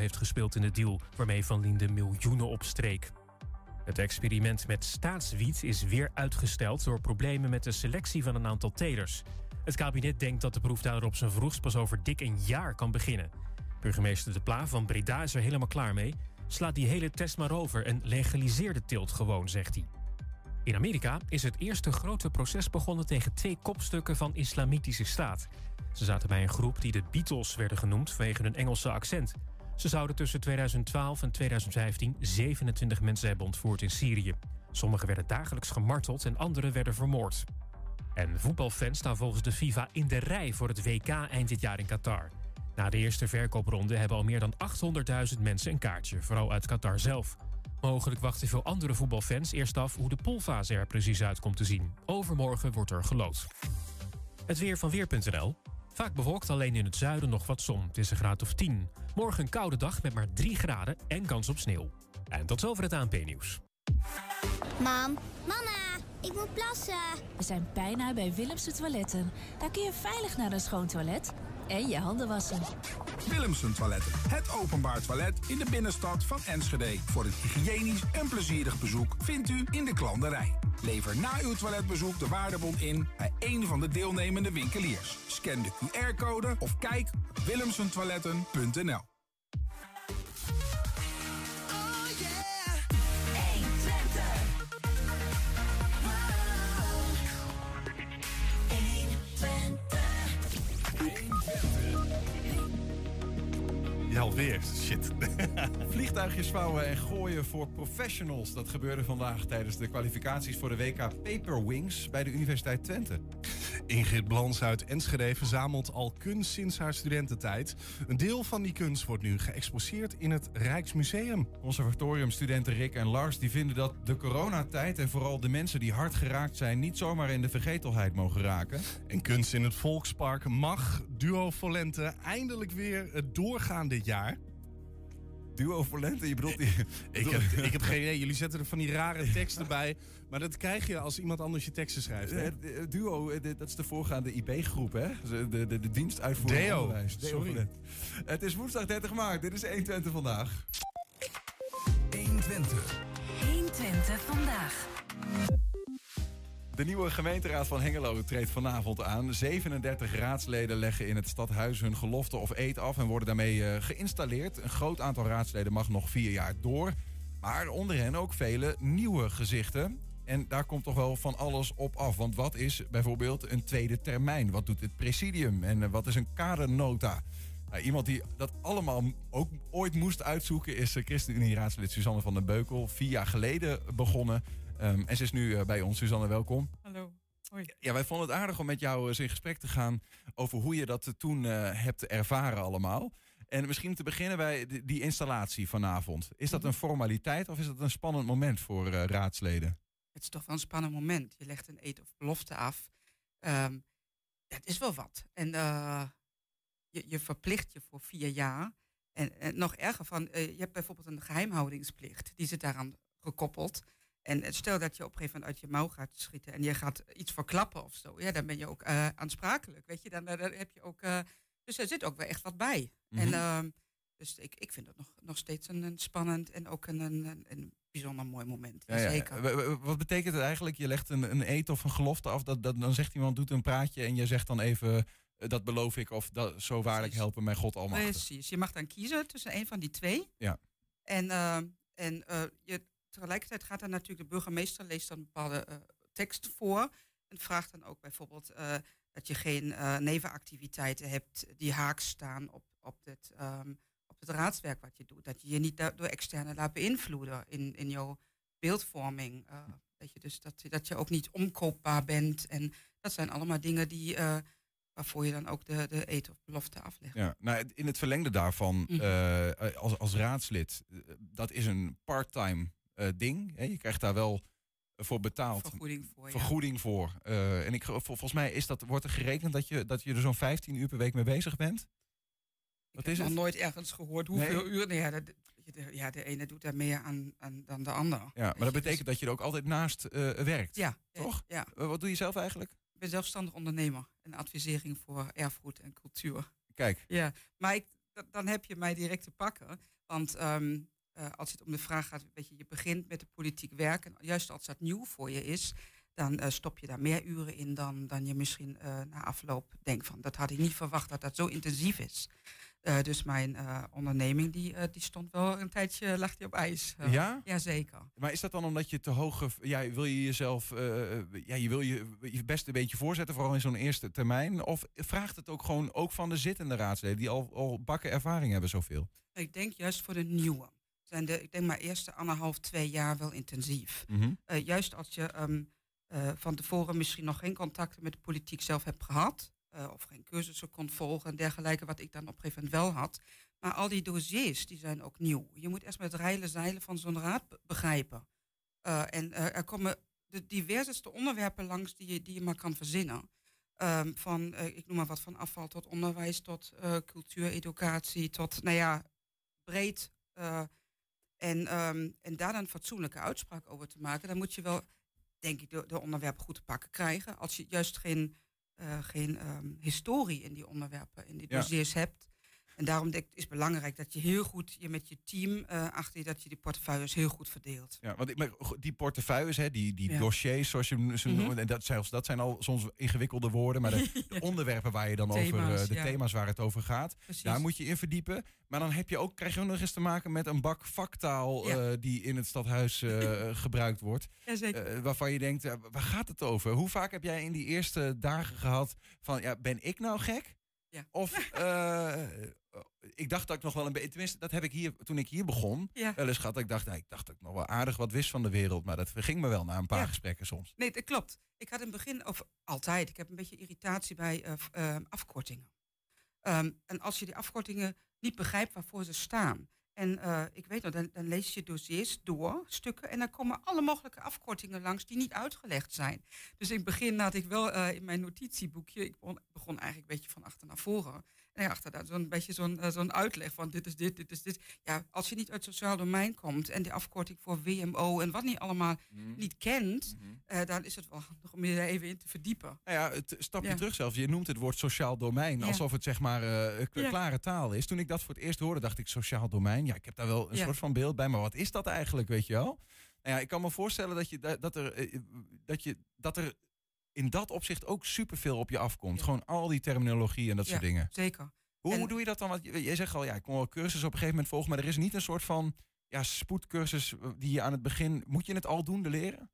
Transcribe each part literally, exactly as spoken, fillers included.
heeft gespeeld in de deal waarmee Van Liende miljoenen opstreek. Het experiment met staatswiet is weer uitgesteld door problemen met de selectie van een aantal telers. Het kabinet denkt dat de proef daar op zijn vroegst pas over dik een jaar kan beginnen. Burgemeester De Pla van Breda is er helemaal klaar mee. Slaat die hele test maar over en legaliseer de teelt gewoon, zegt hij. In Amerika is het eerste grote proces begonnen tegen twee kopstukken van Islamitische Staat. Ze zaten bij een groep die de Beatles werden genoemd vanwege hun Engelse accent. Ze zouden tussen tweeduizend twaalf en tweeduizend vijftien zevenentwintig mensen hebben ontvoerd in Syrië. Sommigen werden dagelijks gemarteld en anderen werden vermoord. En voetbalfans staan volgens de FIFA in de rij voor het W K eind dit jaar in Qatar. Na de eerste verkoopronde hebben al meer dan achthonderdduizend mensen een kaartje, vooral uit Qatar zelf. Mogelijk wachten veel andere voetbalfans eerst af hoe de poolfase er precies uit komt te zien. Overmorgen wordt er geloot. Het weer van Weer punt n l. Vaak bewolkt, alleen in het zuiden nog wat zon. Het is een graad of tien. Morgen een koude dag met maar drie graden en kans op sneeuw. En tot zover het A N P-nieuws. Mam, mama, ik moet plassen. We zijn bijna bij Willemsen Toiletten. Daar kun je veilig naar een schoon toilet en je handen wassen. Willemsen Toiletten, het openbaar toilet in de binnenstad van Enschede. Voor een hygiënisch en plezierig bezoek vindt u in de klanderij. Lever na uw toiletbezoek de waardebon in bij een van de deelnemende winkeliers. Scan de Q R-code of kijk op willemsen toiletten punt n l. Ja, alweer. Shit. Vliegtuigjes vouwen en gooien voor professionals. Dat gebeurde vandaag tijdens de kwalificaties voor de W K Paper Wings bij de Universiteit Twente. Ingrid Blans uit Enschede verzamelt al kunst sinds haar studententijd. Een deel van die kunst wordt nu geëxposeerd in het Rijksmuseum. Conservatoriumstudenten Rick en Lars die vinden dat de coronatijd en vooral de mensen die hard geraakt zijn niet zomaar in de vergetelheid mogen raken. En kunst in het Volkspark mag, Duo Volente, eindelijk weer doorgaan dit jaar. Duo Volente, je bedoelt die... ik, heb, ik heb geen idee, jullie zetten er van die rare teksten bij. Maar dat krijg je als iemand anders je teksten schrijft. Hè? Uh, Duo, dat is de voorgaande I B-groep, hè? De, de, de, de dienstuitvoerend Deo, onderwijs. Deo sorry. Volente. Het is woensdag dertig maart, dit is honderdtwintig vandaag. honderdtwintig. honderdtwintig vandaag. De nieuwe gemeenteraad van Hengelo treedt vanavond aan. zevenendertig raadsleden leggen in het stadhuis hun gelofte of eed af en worden daarmee uh, geïnstalleerd. Een groot aantal raadsleden mag nog vier jaar door. Maar onder hen ook vele nieuwe gezichten. En daar komt toch wel van alles op af. Want wat is bijvoorbeeld een tweede termijn? Wat doet het presidium? En uh, wat is een kadernota? Nou, iemand die dat allemaal ook ooit moest uitzoeken is uh, ChristenUnie-raadslid Suzanne van den Beukel. Vier jaar geleden begonnen. Um, en ze is nu uh, bij ons. Suzanne, welkom. Hallo. Hoi. Ja, wij vonden het aardig om met jou eens in gesprek te gaan over hoe je dat toen uh, hebt ervaren allemaal. En misschien te beginnen bij die, die installatie vanavond. Is dat een formaliteit of is dat een spannend moment voor uh, raadsleden? Het is toch wel een spannend moment. Je legt een eed of belofte af. Um, het is wel wat. En uh, je, je verplicht je voor vier jaar. En, en nog erger van, uh, je hebt bijvoorbeeld een geheimhoudingsplicht. Die zit daaraan gekoppeld. En stel dat je op een gegeven moment uit je mouw gaat schieten en je gaat iets verklappen of zo. Ja, dan ben je ook uh, aansprakelijk. Weet je, dan, dan heb je ook. Uh, dus er zit ook wel echt wat bij. Mm-hmm. En uh, dus ik, ik vind dat nog, nog steeds een, een spannend en ook een, een, een bijzonder mooi moment. Ja, ja. Zeker. Wat betekent het eigenlijk? Je legt een, een eed of een gelofte af. Dat, dat, dan zegt iemand, doet een praatje en je zegt dan even, dat beloof ik of dat, zo waarlijk Precies. helpen mij God almachtig. Precies. Je mag dan kiezen tussen een van die twee. Ja. En, uh, en uh, je... Tegelijkertijd gaat dan natuurlijk de burgemeester leest dan een bepaalde uh, tekst voor. En vraagt dan ook bijvoorbeeld uh, dat je geen uh, nevenactiviteiten hebt die haaks staan op, op, dit, um, op het raadswerk wat je doet. Dat je je niet da- door externe laat beïnvloeden in, in jouw beeldvorming. Uh, weet je, dus dat, dat je ook niet omkoopbaar bent. En dat zijn allemaal dingen die, uh, waarvoor je dan ook de, de eed of belofte aflegt. Ja, nou, in het verlengde daarvan, mm-hmm. uh, als, als raadslid, uh, dat is een part-time Uh, ding. Hè? Je krijgt daar wel voor betaald. Vergoeding voor. Vergoeding ja. voor. Uh, en ik, vol, volgens mij is dat, wordt er gerekend dat je, dat je er zo'n vijftien uur per week mee bezig bent. Ik Wat heb is nog het? nooit ergens gehoord hoeveel nee. uur. Nee, ja, de, de, ja, de ene doet daar meer aan, aan dan de ander. Ja, maar dat betekent dus dat je er ook altijd naast uh, werkt. Ja. Toch? Ja. Uh, wat doe je zelf eigenlijk? Ik ben zelfstandig ondernemer. En advisering voor erfgoed en cultuur. Kijk. Ja, maar ik, d- dan heb je mij direct te pakken. Want um, uh, als het om de vraag gaat, weet je, je begint met de politiek werk. En juist als dat nieuw voor je is, dan uh, stop je daar meer uren in dan, dan je misschien uh, na afloop denkt van, dat had ik niet verwacht dat dat zo intensief is. Uh, dus mijn uh, onderneming die, uh, die stond wel een tijdje, lag die op ijs. Uh, Ja? Jazeker. Maar is dat dan omdat je te hoog... Ja, wil je jezelf... Uh, ja, je wil je, je best een beetje voorzetten, vooral in zo'n eerste termijn? Of vraagt het ook gewoon ook van de zittende raadsleden, die al, al bakken ervaring hebben zoveel? Ik denk juist voor de nieuwe. Zijn de, ik denk maar eerste anderhalf, twee jaar wel intensief. Mm-hmm. Uh, juist als je um, uh, van tevoren misschien nog geen contacten met de politiek zelf hebt gehad. Uh, of geen cursussen kon volgen en dergelijke, wat ik dan op een gegeven moment wel had. Maar al die dossiers, die zijn ook nieuw. Je moet eerst met het reilen zeilen van zo'n raad be- begrijpen. Uh, en uh, er komen de diverseste onderwerpen langs die je, die je maar kan verzinnen. Um, van, uh, ik noem maar wat, van afval tot onderwijs, tot uh, cultuur, educatie, tot, nou ja, breed. Uh, en, um, en daar dan fatsoenlijke uitspraak over te maken, dan moet je wel, denk ik, de, de onderwerpen goed te pakken krijgen. Als je juist geen... Uh, geen um, historie in die onderwerpen, in die dossiers ja. hebt. En daarom denk ik, is het belangrijk dat je heel goed je met je team uh, achter je, dat je die portefeuilles heel goed verdeelt. Ja, want ik, die portefeuilles, hè, die, die ja. dossiers, zoals je ze mm-hmm. en dat, zelfs dat zijn al soms ingewikkelde woorden, maar de, de onderwerpen waar je dan thema's, over, uh, de ja. thema's waar het over gaat, Precies. daar moet je in verdiepen. Maar dan heb je ook, krijg je ook nog eens te maken met een bak vaktaal ja. uh, die in het stadhuis uh, gebruikt wordt. Ja, zeker. Uh, waarvan je denkt, uh, waar gaat het over? Hoe vaak heb jij in die eerste dagen gehad van, ja, ben ik nou gek? Ja. Of, uh, ik dacht dat ik nog wel een beetje, tenminste, dat heb ik hier, toen ik hier begon, ja. wel eens gehad. Ik dacht, nou, ik dacht dat ik nog wel aardig wat wist van de wereld, maar dat ging me wel na een paar ja. gesprekken soms. Nee, dat klopt. Ik had in het begin, of altijd, ik heb een beetje irritatie bij uh, uh, afkortingen. Um, en als je die afkortingen niet begrijpt waarvoor ze staan. En uh, ik weet nog, dan, dan lees je dossiers door, stukken, en dan komen alle mogelijke afkortingen langs die niet uitgelegd zijn. Dus in het begin had ik wel uh, in mijn notitieboekje, ik begon, begon eigenlijk een beetje van achter naar voren. En achter daar zo'n beetje zo'n, uh, zo'n uitleg van dit is dit, dit is dit. Ja, als je niet uit het sociaal domein komt en die afkorting voor W M O en wat niet allemaal mm. niet kent, mm-hmm. uh, dan is het wel handig om je er even in te verdiepen. Nou ja, het stapje ja. terug zelfs. Je noemt het woord sociaal domein, ja. alsof het zeg maar uh, k- ja. klare taal is. Toen ik dat voor het eerst hoorde, dacht ik sociaal domein. Ja, ik heb daar wel een ja. soort van beeld bij, maar wat is dat eigenlijk, weet je wel? Nou ja, ik kan me voorstellen dat, je, dat, er, dat, je, dat er in dat opzicht ook superveel op je afkomt. Ja. Gewoon al die terminologie en dat ja, soort dingen. Zeker. Hoe, en, hoe doe je dat dan? Want jij zegt al, ja, ik kon wel cursus op een gegeven moment volgen, maar er is niet een soort van ja, spoedcursus die je aan het begin... Moet je het aldoende leren?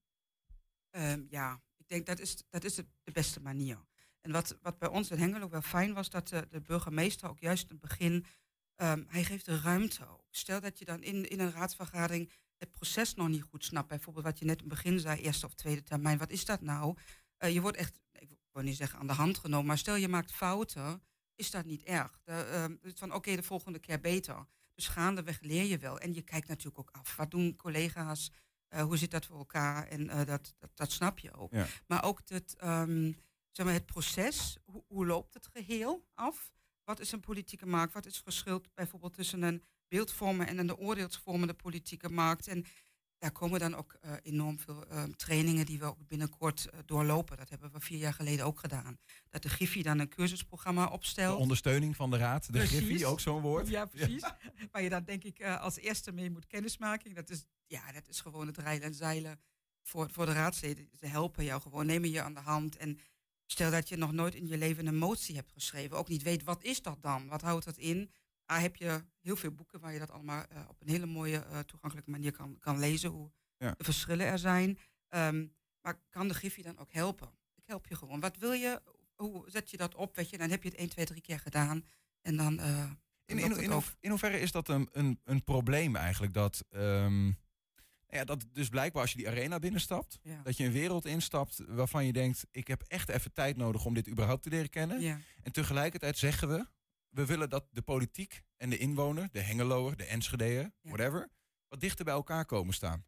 Um, ja, ik denk dat is, dat is de beste manier. En wat, wat bij ons in Hengelo wel fijn was, dat de, de burgemeester ook juist in het begin... Um, hij geeft de ruimte ook. Stel dat je dan in, in een raadsvergadering het proces nog niet goed snapt. Bijvoorbeeld wat je net in het begin zei, eerste of tweede termijn. Wat is dat nou? Uh, je wordt echt, ik wil niet zeggen aan de hand genomen, maar stel je maakt fouten, is dat niet erg. De, uh, van oké, okay, de volgende keer beter. Dus gaandeweg leer je wel. En je kijkt natuurlijk ook af. Wat doen collega's? Uh, hoe zit dat voor elkaar? En uh, dat, dat, dat snap je ook. Ja. Maar ook het, um, zeg maar het proces, hoe, hoe loopt het geheel af? Wat is een politieke markt? Wat is het verschil bijvoorbeeld tussen een beeldvormer en een oordeelsvormende politieke markt? En daar komen dan ook uh, enorm veel uh, trainingen die we ook binnenkort uh, doorlopen. Dat hebben we vier jaar geleden ook gedaan. Dat de Griffie dan een cursusprogramma opstelt. De ondersteuning van de raad, de Griffie, ook zo'n woord. Ja, precies. Ja. Waar je dan denk ik uh, als eerste mee moet kennismaking. Dat is, ja, dat is gewoon het rijden en zeilen voor, voor de raadsleden. Ze helpen jou gewoon, nemen je aan de hand. En stel dat je nog nooit in je leven een motie hebt geschreven. Ook niet weet, wat is dat dan? Wat houdt dat in? Ah, heb je heel veel boeken waar je dat allemaal uh, op een hele mooie, uh, toegankelijke manier kan, kan lezen. Hoe ja. de verschillen er zijn. Um, maar kan de Griffie dan ook helpen? Ik help je gewoon. Wat wil je? Hoe zet je dat op? Weet je, dan heb je het één, twee, drie keer gedaan. En dan... Uh, in, in, in, in, in hoeverre is dat een, een, een probleem eigenlijk? Dat... Um... Ja, dat dus blijkbaar als je die arena binnenstapt, ja. dat je een wereld instapt waarvan je denkt, ik heb echt even tijd nodig om dit überhaupt te leren kennen. Ja. En tegelijkertijd zeggen we, we willen dat de politiek en de inwoner, de Hengeloer, de Enschedeër, ja. whatever, wat dichter bij elkaar komen staan.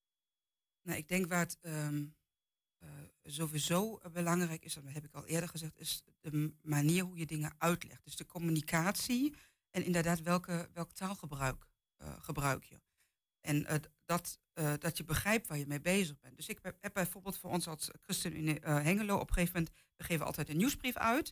Nou, ik denk waar het um, uh, sowieso belangrijk is, dat heb ik al eerder gezegd, is de manier hoe je dingen uitlegt. Dus de communicatie en inderdaad welke, welk taalgebruik uh, gebruik je. En uh, dat, uh, dat je begrijpt waar je mee bezig bent. Dus ik heb bijvoorbeeld voor ons als ChristenUnie uh, Hengelo op een gegeven moment, we geven altijd een nieuwsbrief uit.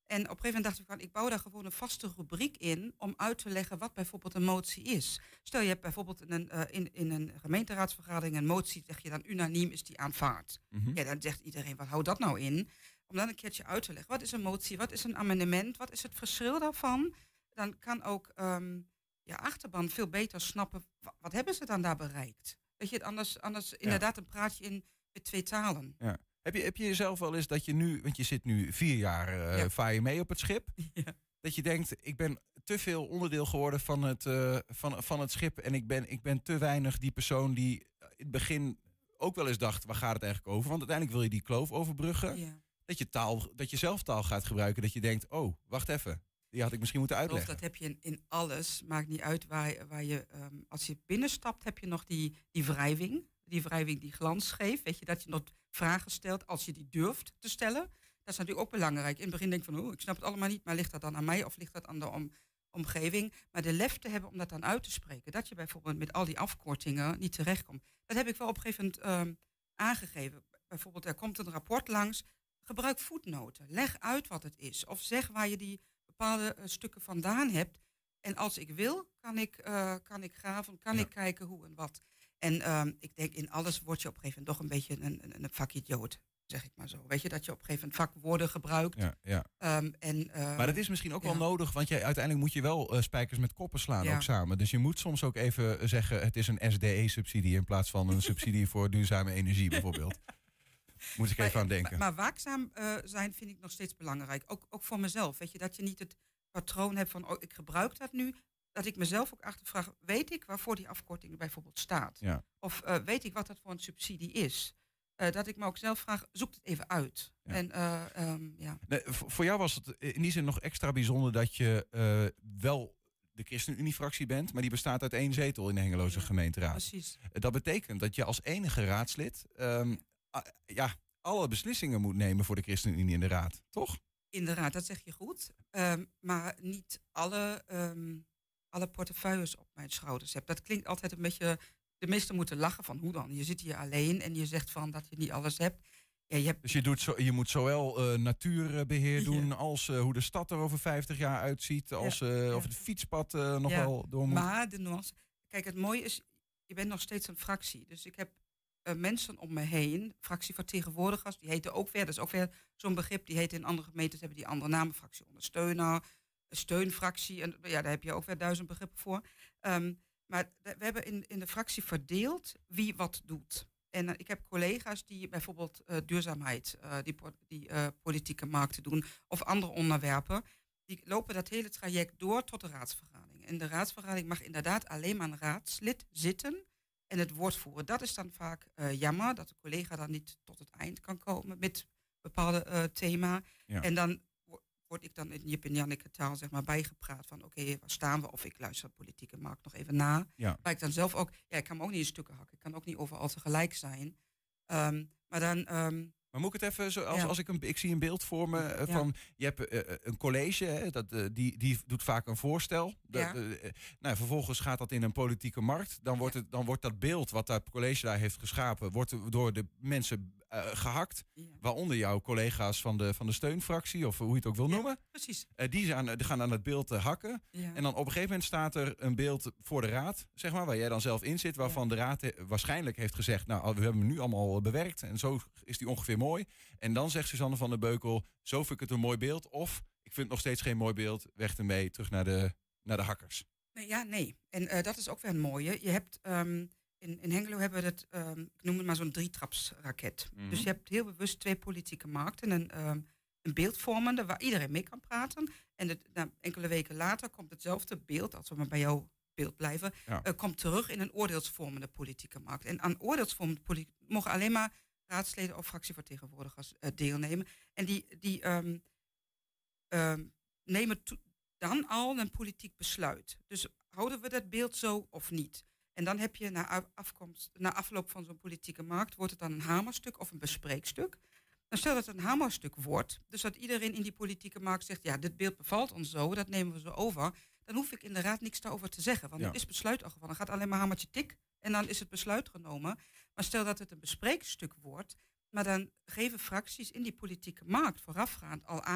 En op een gegeven moment dacht ik van, ik bouw daar gewoon een vaste rubriek in om uit te leggen wat bijvoorbeeld een motie is. Stel je hebt bijvoorbeeld in een, uh, in, in een gemeenteraadsvergadering een motie, zeg je dan unaniem is die aanvaard. Mm-hmm. Ja, dan zegt iedereen, wat houdt dat nou in? Om dan een keertje uit te leggen, wat is een motie, wat is een amendement, wat is het verschil daarvan? Dan kan ook um, je achterban veel beter snappen, wat, wat hebben ze dan daar bereikt? Weet je, anders, anders ja. inderdaad een praatje in met twee talen. Ja. Heb je, heb je jezelf wel eens dat je nu, want je zit nu vier jaar, uh, ja. vaar je mee op het schip. Ja. Dat je denkt, ik ben te veel onderdeel geworden van het, uh, van, van het schip. En ik ben, ik ben te weinig die persoon die in het begin ook wel eens dacht, waar gaat het eigenlijk over? Want uiteindelijk wil je die kloof overbruggen. Ja. Dat je taal, dat je zelf taal gaat gebruiken. Dat je denkt, oh, wacht even. Die had ik misschien moeten uitleggen. Dat heb je in, in alles. Maakt niet uit waar, waar je, um, als je binnenstapt, heb je nog die, die wrijving. Die wrijving die glans geeft. Weet je, dat je nog vragen stelt als je die durft te stellen. Dat is natuurlijk ook belangrijk. In het begin denk je van, oh, ik snap het allemaal niet. Maar ligt dat dan aan mij of ligt dat aan de om, omgeving? Maar de lef te hebben om dat dan uit te spreken. Dat je bijvoorbeeld met al die afkortingen niet terechtkomt. Dat heb ik wel op een gegeven moment um, aangegeven. Bijvoorbeeld, er komt een rapport langs. Gebruik voetnoten. Leg uit wat het is. Of zeg waar je die bepaalde uh, stukken vandaan hebt. En als ik wil, kan ik, uh, kan ik graven, kan ja. ik kijken hoe en wat. En um, ik denk, in alles word je op een gegeven moment toch een beetje een, een, een vakidioot, zeg ik maar zo. Weet je, dat je op een gegeven moment vakwoorden gebruikt. Ja, ja. Um, en, uh, maar dat is misschien ook ja. wel nodig, want jij, uiteindelijk moet je wel uh, spijkers met koppen slaan, ja. ook samen. Dus je moet soms ook even zeggen, het is een S D E-subsidie in plaats van een subsidie voor duurzame energie bijvoorbeeld. Moet ik even maar, aan denken. Maar, maar waakzaam uh, zijn vind ik nog steeds belangrijk. Ook, ook voor mezelf. Weet je, dat je niet het patroon hebt van, oh, ik gebruik dat nu. Dat ik mezelf ook achtervraag, weet ik waarvoor die afkorting bijvoorbeeld staat? Ja. Of uh, weet ik wat dat voor een subsidie is? Uh, dat ik me ook zelf vraag, zoek het even uit. Ja. En, uh, um, ja. Nee, voor, voor jou was het in die zin nog extra bijzonder dat je uh, wel de ChristenUnie-fractie bent, maar die bestaat uit één zetel in de Hengeloze ja, gemeenteraad. Precies. Dat betekent dat je als enige raadslid um, ja. Uh, ja, alle beslissingen moet nemen voor de ChristenUnie in de raad, toch? Inderdaad, dat zeg je goed. Um, maar niet alle... Um, alle portefeuilles op mijn schouders heb. Dat klinkt altijd een beetje... De meesten moeten lachen van, hoe dan? Je zit hier alleen en je zegt van dat je niet alles hebt. Ja, je hebt... Dus je, doet zo, je moet zowel uh, natuurbeheer doen... Ja. als uh, hoe de stad er over vijftig jaar uitziet... als uh, ja. of het fietspad uh, nog ja. wel door moet. Maar de nuance... Kijk, het mooie is, je bent nog steeds een fractie. Dus ik heb uh, mensen om me heen, fractievertegenwoordigers... die heten ook weer, dat is ook weer zo'n begrip... die heten in andere gemeentes, hebben die andere namen... fractieondersteuner... steunfractie, en ja, daar heb je ook weer duizend begrippen voor. Um, maar de, we hebben in, in de fractie verdeeld wie wat doet. En uh, ik heb collega's die bijvoorbeeld uh, duurzaamheid, uh, die, die uh, politieke markten doen, of andere onderwerpen. Die lopen dat hele traject door tot de raadsvergadering. En de raadsvergadering mag inderdaad alleen maar een raadslid zitten en het woord voeren. Dat is dan vaak uh, jammer, dat de collega dan niet tot het eind kan komen met een bepaalde uh, thema. Ja. En dan word ik dan in Jip en Janneke taal zeg maar bijgepraat van oké, okay, waar staan we? Of ik luister de politieke markt nog even na. Ja. Waar ik dan zelf ook, ja, ik kan me ook niet in stukken hakken. Ik kan ook niet overal tegelijk zijn. Um, maar dan... Um, maar moet ik het even, zo, als, ja. als ik een, ik zie een beeld voor me uh, ja. van, je hebt uh, een college, hè, dat, uh, die, die doet vaak een voorstel. De, ja. uh, nou, vervolgens gaat dat in een politieke markt. Dan wordt, ja. het, dan wordt dat beeld wat dat college daar heeft geschapen, wordt door de mensen uh, gehakt. Ja. Waaronder jouw collega's van de, van de steunfractie, of hoe je het ook wil ja, noemen. Precies. Uh, die, zijn, die gaan aan het beeld uh, hakken. Ja. En dan op een gegeven moment staat er een beeld voor de raad, zeg maar, waar jij dan zelf in zit, waarvan ja. de raad he, waarschijnlijk heeft gezegd, nou, we hebben hem nu allemaal bewerkt en zo is die ongeveer mooi. En dan zegt Suzanne van der Beukel, zo vind ik het een mooi beeld. Of, ik vind het nog steeds geen mooi beeld, weg ermee, terug naar de, naar de hakkers. Nee, ja, nee. En uh, dat is ook weer een mooie. Je hebt, um, in, in Hengelo hebben we het, um, ik noem het maar zo'n drietrapsraket. Mm-hmm. Dus je hebt heel bewust twee politieke markten. Een, um, een beeldvormende, waar iedereen mee kan praten. En het, nou, enkele weken later komt hetzelfde beeld, als we maar bij jouw beeld blijven, ja. uh, komt terug in een oordeelsvormende politieke markt. En aan oordeelsvormende politiek mogen alleen maar raadsleden of fractievertegenwoordigers uh, deelnemen. En die, die um, um, nemen to- dan al een politiek besluit. Dus houden we dat beeld zo of niet? En dan heb je na, afkomst, na afloop van zo'n politieke markt, wordt het dan een hamerstuk of een bespreekstuk. Dan stel dat het een hamerstuk wordt, dus dat iedereen in die politieke markt zegt, ja, dit beeld bevalt ons zo, dat nemen we zo over. Dan hoef ik in de raad niks daarover te zeggen, want ja. het is besluit al gewoon. Dan gaat alleen maar hamertje tik en dan is het besluit genomen. Maar stel dat het een bespreekstuk wordt, maar dan geven fracties in die politieke markt voorafgaand al aan,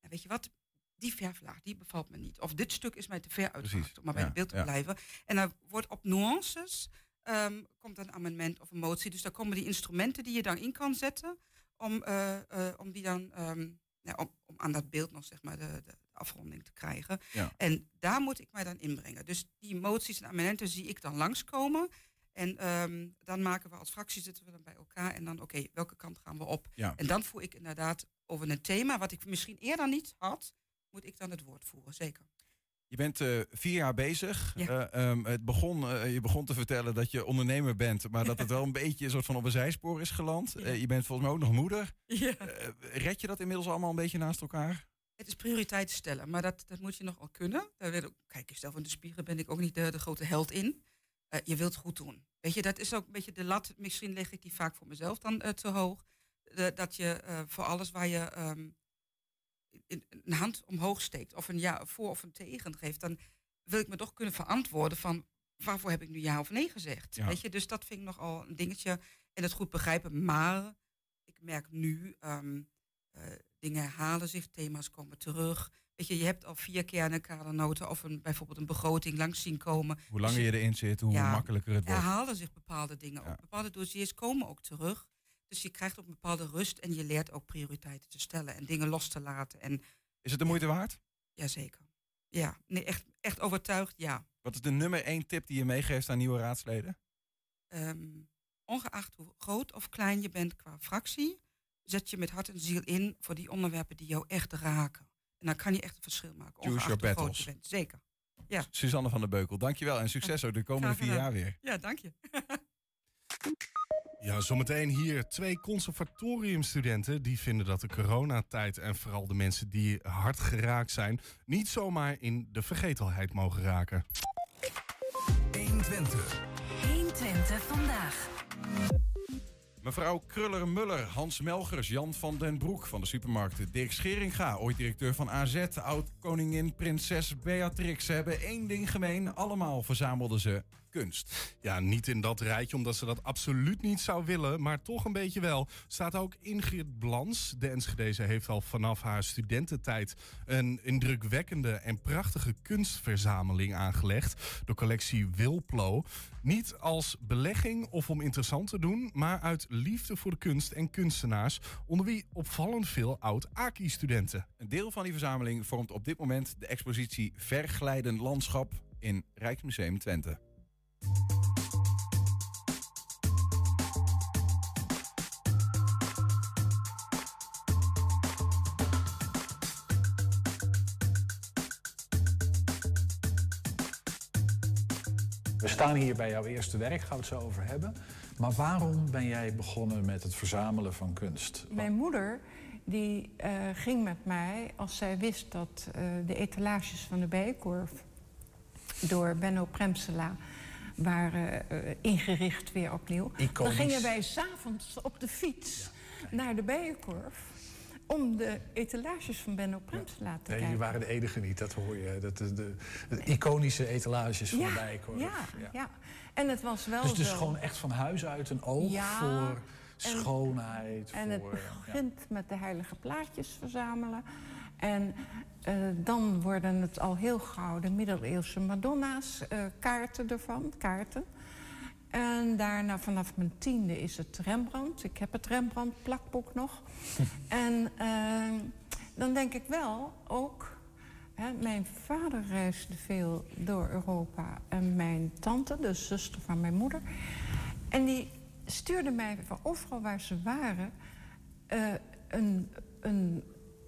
nou, weet je wat, die verflaag, die bevalt me niet. Of dit stuk is mij te ver uitgehakt, Precies. om maar bij Ja, het beeld te ja. blijven. En dan wordt op nuances, um, komt een amendement of een motie. Dus daar komen die instrumenten die je dan in kan zetten, om, uh, uh, om die dan, um, ja, om, om aan dat beeld nog, zeg maar, de, de afronding te krijgen. Ja. En daar moet ik mij dan inbrengen. Dus die moties en amendementen zie ik dan langskomen. En um, dan maken we als fractie, zitten we dan bij elkaar. En dan, oké, okay, welke kant gaan we op? Ja. En dan voer ik inderdaad over een thema, wat ik misschien eerder niet had, moet ik dan het woord voeren, zeker. Je bent uh, vier jaar bezig. Ja. Uh, um, het begon, uh, je begon te vertellen dat je ondernemer bent, maar dat het wel een beetje een soort van op een zijspoor is geland. Ja. Uh, je bent volgens mij ook nog moeder. Ja. Uh, red je dat inmiddels allemaal een beetje naast elkaar? Het is prioriteit stellen, maar dat, dat moet je nogal kunnen. Daar weet ik, kijk, zelf in de spiegel ben ik ook niet de, de grote held in. Uh, je wilt goed doen. Weet je, dat is ook een beetje de lat. Misschien leg ik die vaak voor mezelf dan uh, te hoog. De, dat je uh, voor alles waar je um, in, een hand omhoog steekt, of een ja voor of een tegen geeft, dan wil ik me toch kunnen verantwoorden van waarvoor heb ik nu ja of nee gezegd. Ja. Weet je, dus dat vind ik nogal een dingetje. En het goed begrijpen. Maar ik merk nu, um, uh, dingen herhalen zich, thema's komen terug. Weet je, je hebt al vier keer een kadernota of een, bijvoorbeeld een begroting langs zien komen. Hoe langer Dus je erin zit, hoe ja, makkelijker het wordt. herhalen zich bepaalde dingen Ja. ook. Bepaalde dossiers komen ook terug. Dus je krijgt ook een bepaalde rust en je leert ook prioriteiten te stellen en dingen los te laten. En Is het de moeite waard? jazeker. Ja, nee, echt, echt overtuigd, ja. Wat is de nummer één tip die je meegeeft aan nieuwe raadsleden? Um, ongeacht hoe groot of klein je bent qua fractie, zet je met hart en ziel in voor die onderwerpen die jou echt raken. En dan kan je echt een verschil maken. Choose Ongeacht your hoe groot battles. je bent. Zeker. Ja. Suzanne van der Beukel, dankjewel en succes ook de komende Graag vier gedaan. jaar weer. Ja, dank je. Ja, zometeen hier twee conservatoriumstudenten die vinden dat de coronatijd en vooral de mensen die hard geraakt zijn niet zomaar in de vergetelheid mogen raken. honderdtwintig. honderdtwintig vandaag. Mevrouw Kruller-Muller, Hans Melgers, Jan van den Broek van de supermarkten, Dirk Scheringa, ooit directeur van A Z, oud-koningin prinses Beatrix. Ze hebben één ding gemeen, allemaal verzamelden ze kunst. Ja, niet in dat rijtje, omdat ze dat absoluut niet zou willen, maar toch een beetje wel. Staat ook Ingrid Blans. De Enschedeze heeft al vanaf haar studententijd een indrukwekkende en prachtige kunstverzameling aangelegd. De collectie Wilplo. Niet als belegging of om interessant te doen, maar uit liefde voor de kunst en kunstenaars, onder wie opvallend veel oud-A K I-studenten. Een deel van die verzameling vormt op dit moment de expositie Verglijdend Landschap in Rijksmuseum Twente. We staan hier bij jouw eerste werk, gaan we het zo over hebben. Maar waarom ben jij begonnen met het verzamelen van kunst? Mijn moeder die, uh, ging met mij als zij wist dat uh, de etalages van de Bijenkorf door Benno Premsela waren uh, ingericht weer opnieuw. Iconisch. Dan gingen wij 's avonds op de fiets ja, naar de Bijenkorf om de etalages van Benno Premsela ja. te nee, kijken. jullie waren de enige niet, dat hoor je. Dat, de, de, de iconische etalages van ja, de Bijenkorf. Ja, ja. ja, en het was wel dus het is zo. gewoon echt van huis uit een oog ja, voor schoonheid. En voor, het begint ja. met de heilige plaatjes verzamelen. En uh, dan worden het al heel gauw de middeleeuwse Madonna's, uh, kaarten ervan, kaarten. En daarna vanaf mijn tiende is het Rembrandt. Ik heb het Rembrandt plakboek nog. en uh, dan denk ik wel ook, hè, mijn vader reisde veel door Europa en mijn tante, de zuster van mijn moeder. En die stuurde mij van overal waar ze waren uh, een, een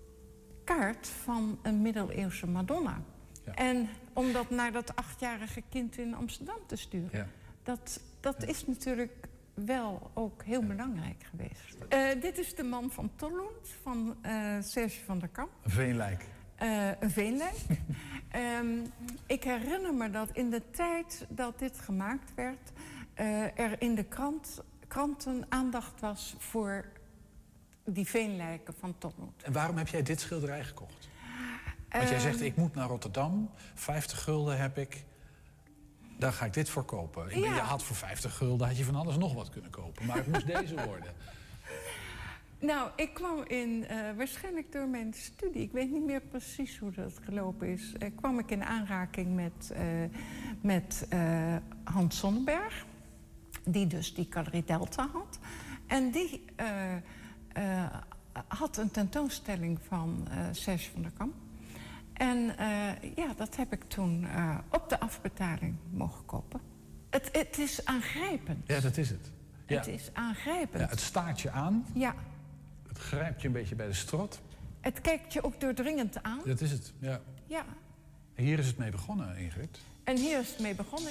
kaart van een middeleeuwse Madonna. Ja. En om dat naar dat achtjarige kind in Amsterdam te sturen. Ja. Dat, dat ja. is natuurlijk wel ook heel ja. belangrijk geweest. Uh, dit is de man van Tolloend, van uh, Serge van der Kamp. Een veenlijk. Uh, een veenlijk. um, ik herinner me dat in de tijd dat dit gemaakt werd, Uh, er in de krant, kranten aandacht was voor die veenlijken van Tolloend. En waarom heb jij dit schilderij gekocht? Want uh, jij zegt, ik moet naar Rotterdam, vijftig gulden heb ik, daar ga ik dit voor kopen. Ik ja. ben, je had voor vijftig gulden had je van alles nog wat kunnen kopen, maar het moest deze worden. Nou, ik kwam in, uh, waarschijnlijk door mijn studie, ik weet niet meer precies hoe dat gelopen is, uh, kwam ik in aanraking met, uh, met uh, Hans Sonnenberg, die dus die Galerie Delta had. En die uh, uh, had een tentoonstelling van uh, Serge van der Kamp. En uh, ja, dat heb ik toen uh, op de afbetaling mogen kopen. Het, het is aangrijpend. Ja, dat is het. Ja. Het is aangrijpend. Ja, het staart je aan. Ja. Het grijpt je een beetje bij de strot. Het kijkt je ook doordringend aan. Dat is het, ja. Ja. En hier is het mee begonnen, Ingrid. En hier is het mee begonnen.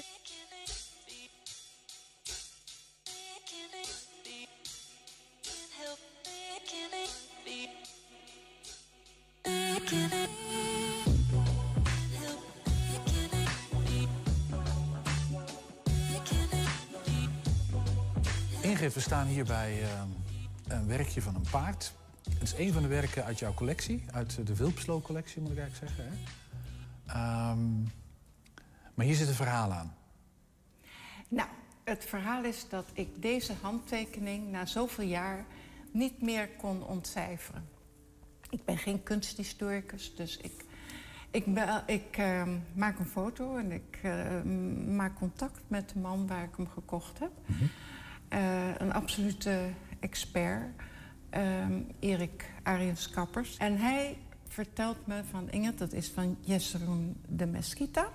Ingrid, we staan hier bij uh, een werkje van een paard. Het is een van de werken uit jouw collectie, uit de Wilpslo-collectie, moet ik eigenlijk zeggen. Hè? Um, maar hier zit een verhaal aan. Nou, het verhaal is dat ik deze handtekening na zoveel jaar niet meer kon ontcijferen. Ik ben geen kunsthistoricus, dus ik, ik, be, ik uh, maak een foto en ik uh, maak contact met de man waar ik hem gekocht heb. Mm-hmm. Uh, een absolute expert, um, Erik Ariens Kappers. En hij vertelt me van Ingrid, dat is van Jeroen de Mesquita.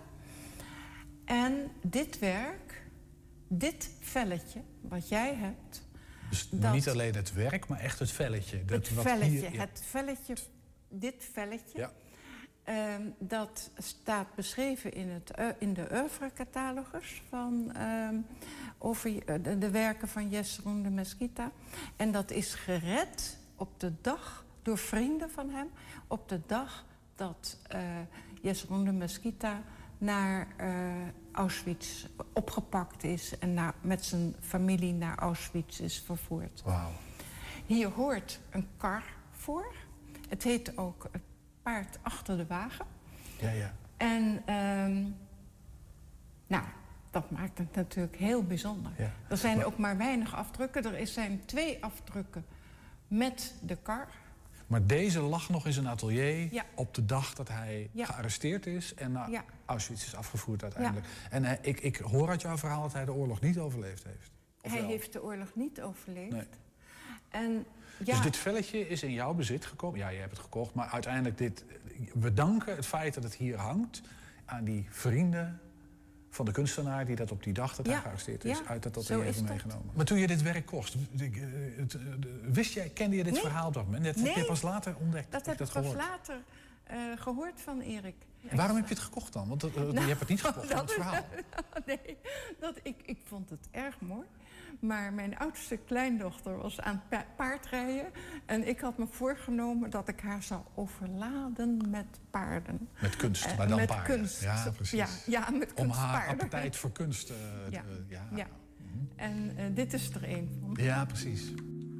En dit werk, dit velletje wat jij hebt... Dus dat, niet alleen het werk, maar echt het velletje. Dat, het wat velletje, hier, ja. het velletje, dit velletje... Ja. Um, dat staat beschreven in, het, uh, in de oeuvre-catalogus van um, over uh, de, de werken van Jeroen de Mesquita. En dat is gered op de dag door vrienden van hem, op de dag dat uh, Jeroen de Mesquita naar uh, Auschwitz opgepakt is en naar, met zijn familie naar Auschwitz is vervoerd. Wauw. Hier hoort een kar voor. Het heet ook het paard achter de wagen. Ja, ja. En um, nou, dat maakt het natuurlijk heel bijzonder. Ja. Er zijn maar, ook maar weinig afdrukken. Er zijn twee afdrukken met de kar. Maar deze lag nog in zijn atelier ja. op de dag dat hij ja. gearresteerd is en naar ja. Auschwitz is afgevoerd uiteindelijk. Ja. En uh, ik, ik hoor uit jouw verhaal dat hij de oorlog niet overleefd heeft. Of hij wel? heeft de oorlog niet overleefd. Nee. En ja. Dus dit velletje is in jouw bezit gekomen. Ja, je hebt het gekocht. Maar uiteindelijk, dit, we danken het feit dat het hier hangt aan die vrienden van de kunstenaar die dat op die dag dat hij ja. gearresteerd is, ja. uit dat atelier heeft dat. meegenomen. Maar toen je dit werk kocht, wist jij, kende je dit nee. verhaal op dat moment? Dat nee. heb je pas later ontdekt. Dat heb dat ik pas gehoord. later uh, gehoord van Erik. En waarom heb je het gekocht dan? Want uh, nou, je hebt het niet gekocht van het verhaal. Nee, dat, ik, ik vond het erg mooi. Maar mijn oudste kleindochter was aan pa paardrijden. En ik had me voorgenomen dat ik haar zou overladen met paarden. Met kunst, maar dan met paarden. Kunst. Ja, precies. Ja, ja, met Om haar kunstpaarden. appetijt voor kunst uh, ja. te, uh, ja. ja. Mm-hmm. En uh, dit is er een van. Ja, precies.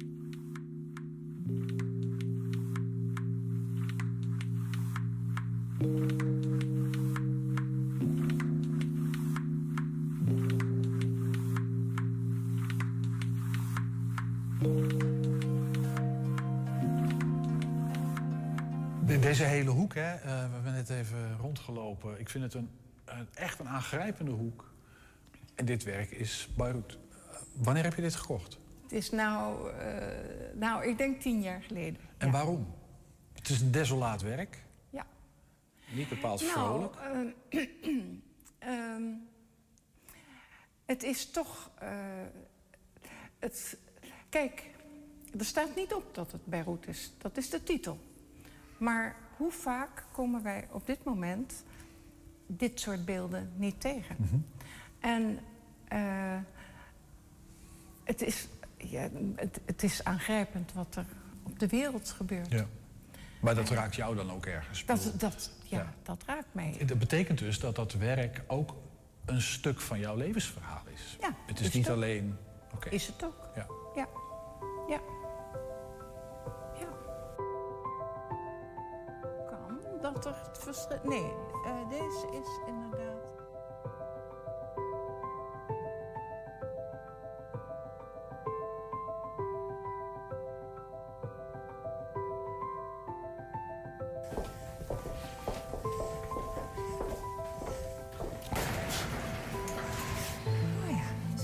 Deze hele hoek, hè, uh, we hebben net even rondgelopen. Ik vind het een, een, echt een aangrijpende hoek. En dit werk is Beirut. Uh, wanneer heb je dit gekocht? Het is nou, uh, nou ik denk tien jaar geleden. En ja. waarom? Het is een desolaat werk. Ja. Niet bepaald nou, vrolijk. Uh, um, het is toch... Uh, het, kijk, er staat niet op dat het Beirut is. Dat is de titel. Maar hoe vaak komen wij op dit moment dit soort beelden niet tegen? Mm-hmm. En uh, het, is, ja, het, het is aangrijpend wat er op de wereld gebeurt. Ja. Maar dat raakt jou dan ook ergens? Dat, dat, ja, ja, dat raakt mij. Dat betekent dus dat dat werk ook een stuk van jouw levensverhaal is. Ja, het is, is niet het alleen... Okay. Is het ook. Ja. Ja. Ja. Dat er het verschil... Nee, uh, deze is inderdaad...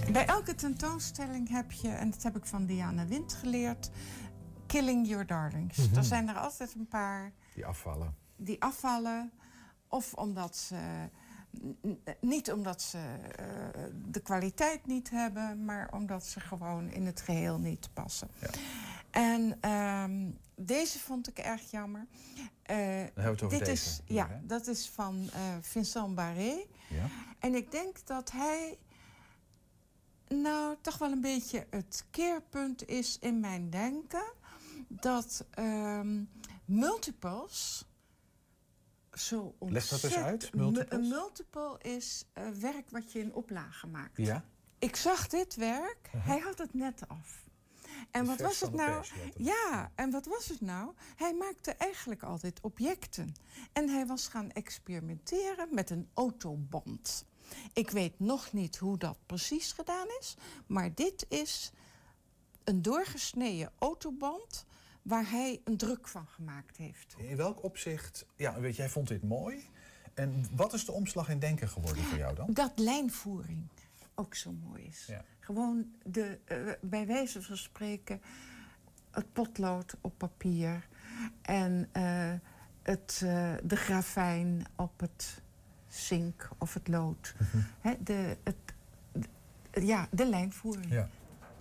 Bij elke tentoonstelling heb je, en dat heb ik van Diana Wind geleerd, killing your darlings. Mm-hmm. Er zijn er altijd een paar Die afvallen. die afvallen, of omdat ze n- niet omdat ze uh, de kwaliteit niet hebben, maar omdat ze gewoon in het geheel niet passen. Ja. En um, deze vond ik erg jammer. Uh, Dan hebben we het over dit deze. is, hier, ja, hè? dat is van uh, Vincent Barré. Ja. En ik denk dat hij nou toch wel een beetje het keerpunt is in mijn denken. Dat um, multiples zo ontzettend... Leg dat eens uit, Mu- multiples. Een multiple is uh, werk wat je in oplagen maakt. Ja. Ik zag dit werk, uh-huh. Hij had het net af. En wat was het nou? Ja, en wat was het nou? Hij maakte eigenlijk altijd objecten. En hij was gaan experimenteren met een autoband. Ik weet nog niet hoe dat precies gedaan is, maar dit is een doorgesneden autoband waar hij een druk van gemaakt heeft. In welk opzicht, ja, weet je, jij vond dit mooi. En wat is de omslag in denken geworden voor jou dan? Dat lijnvoering ook zo mooi is. Ja. Gewoon de, uh, bij wijze van spreken, het potlood op papier en uh, het, uh, de grafijn op het zink of het lood. Mm-hmm. He, de, het, de, ja, de lijnvoering. Ja.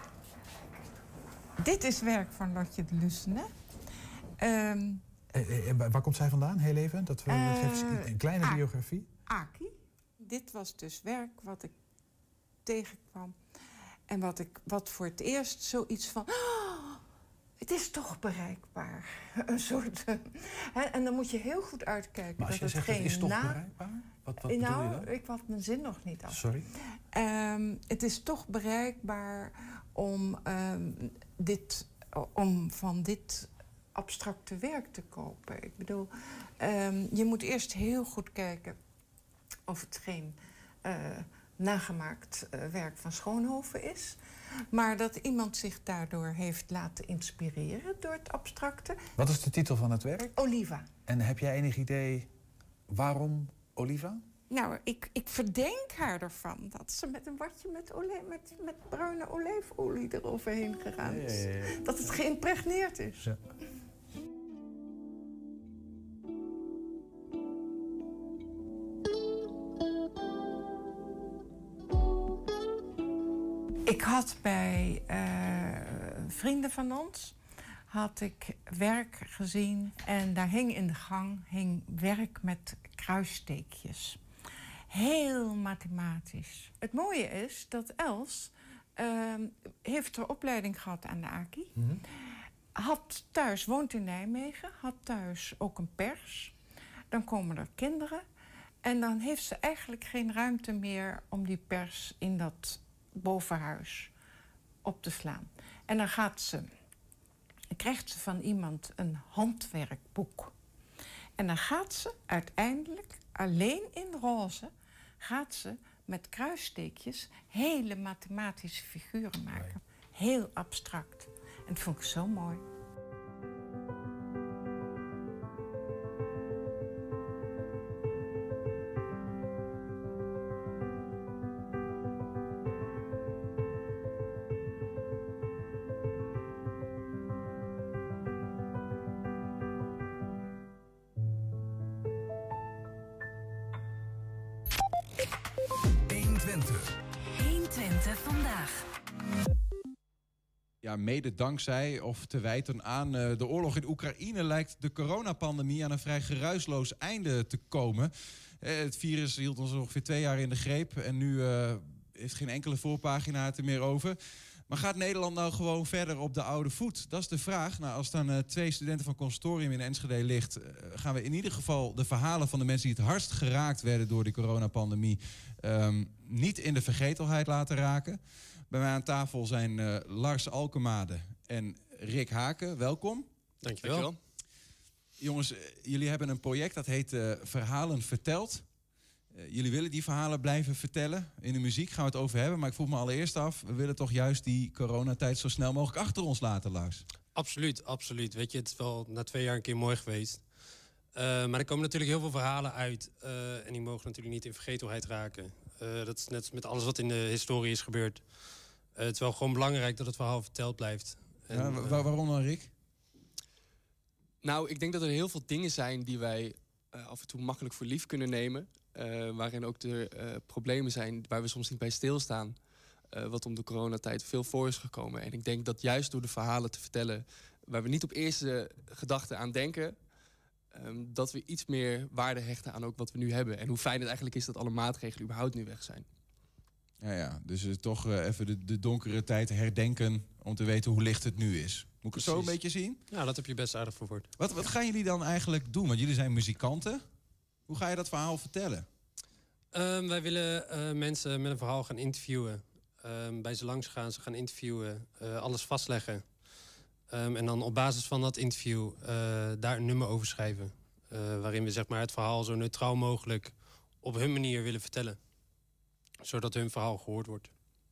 Dit is werk van Lotje de Lucene. Um, eh, eh, waar komt zij vandaan, heel even? Dat we uh, geven een kleine A- biografie. Aki. Dit was dus werk wat ik tegenkwam. En wat, ik, wat voor het eerst zoiets van... Oh, het is toch bereikbaar. Een soort... Hè, en dan moet je heel goed uitkijken. Maar als dat je het zegt, geen het is toch na... bereikbaar? Wat, wat nou, bedoel je dan? Ik had mijn zin nog niet af. Sorry? Um, het is toch bereikbaar om, um, dit, om van dit abstracte werk te kopen. Ik bedoel, um, je moet eerst heel goed kijken of het geen uh, nagemaakt uh, werk van Schoonhoven is. Maar dat iemand zich daardoor heeft laten inspireren door het abstracte. Wat is de titel van het werk? Oliva. En heb jij enig idee waarom Oliva? Nou, ik, ik verdenk haar ervan dat ze met een watje met, ole- met, met bruine olijfolie eroverheen gegaan is. Ja, ja, ja. Dat het geïmpregneerd is. Ja. Ik had bij uh, vrienden van ons had ik werk gezien en daar hing in de gang hing werk met kruissteekjes. Heel mathematisch. Het mooie is dat Els uh, heeft haar opleiding gehad aan de Aki. Mm-hmm. Had thuis, woont in Nijmegen, had thuis ook een pers. Dan komen er kinderen en dan heeft ze eigenlijk geen ruimte meer om die pers in dat bovenhuis op te slaan. En dan gaat ze, dan krijgt ze van iemand een handwerkboek. En dan gaat ze uiteindelijk, alleen in roze, gaat ze met kruissteekjes hele mathematische figuren maken. Heel abstract. En dat vond ik zo mooi. honderdtwintig vandaag. Ja, mede dankzij of te wijten aan uh, de oorlog in Oekraïne lijkt de coronapandemie aan een vrij geruisloos einde te komen. Uh, het virus hield ons ongeveer twee jaar in de greep en nu uh, heeft geen enkele voorpagina het er meer over. Maar gaat Nederland nou gewoon verder op de oude voet? Dat is de vraag. Nou, als het aan uh, twee studenten van consortium in Enschede ligt, uh, gaan we in ieder geval de verhalen van de mensen die het hardst geraakt werden door de coronapandemie um, niet in de vergetelheid laten raken. Bij mij aan tafel zijn uh, Lars Alkemade en Rick Haken. Welkom. Dankjewel. Dankjewel. Jongens, uh, jullie hebben een project dat heet uh, Verhalen Verteld. Uh, jullie willen die verhalen blijven vertellen. In de muziek gaan we het over hebben. Maar ik vroeg me allereerst af, we willen toch juist die coronatijd zo snel mogelijk achter ons laten, Lars? Absoluut, absoluut. Weet je, het is wel na twee jaar een keer mooi geweest. Uh, maar er komen natuurlijk heel veel verhalen uit. Uh, en die mogen natuurlijk niet in vergetelheid raken. Uh, dat is net met alles wat in de historie is gebeurd. Uh, het is wel gewoon belangrijk dat het verhaal verteld blijft. En, ja, wa- wa- waarom dan, Rick? Nou, ik denk dat er heel veel dingen zijn die wij uh, af en toe makkelijk voor lief kunnen nemen. Uh, waarin ook de uh, problemen zijn waar we soms niet bij stilstaan. Uh, wat om de coronatijd veel voor is gekomen. En ik denk dat juist door de verhalen te vertellen waar we niet op eerste gedachte aan denken, Um, dat we iets meer waarde hechten aan ook wat we nu hebben. En hoe fijn het eigenlijk is dat alle maatregelen überhaupt nu weg zijn. Ja, ja. Dus uh, toch uh, even de, de donkere tijd herdenken om te weten hoe licht het nu is. Moet ik het zo een beetje zien? Ja, dat heb je best aardig verwoord. Wat, wat gaan jullie dan eigenlijk doen? Want jullie zijn muzikanten. Hoe ga je dat verhaal vertellen? Um, wij willen uh, mensen met een verhaal gaan interviewen. Um, bij ze langs gaan, ze gaan interviewen. Uh, alles vastleggen. Um, en dan op basis van dat interview uh, daar een nummer over schrijven. Uh, waarin we zeg maar, het verhaal zo neutraal mogelijk op hun manier willen vertellen. Zodat hun verhaal gehoord wordt.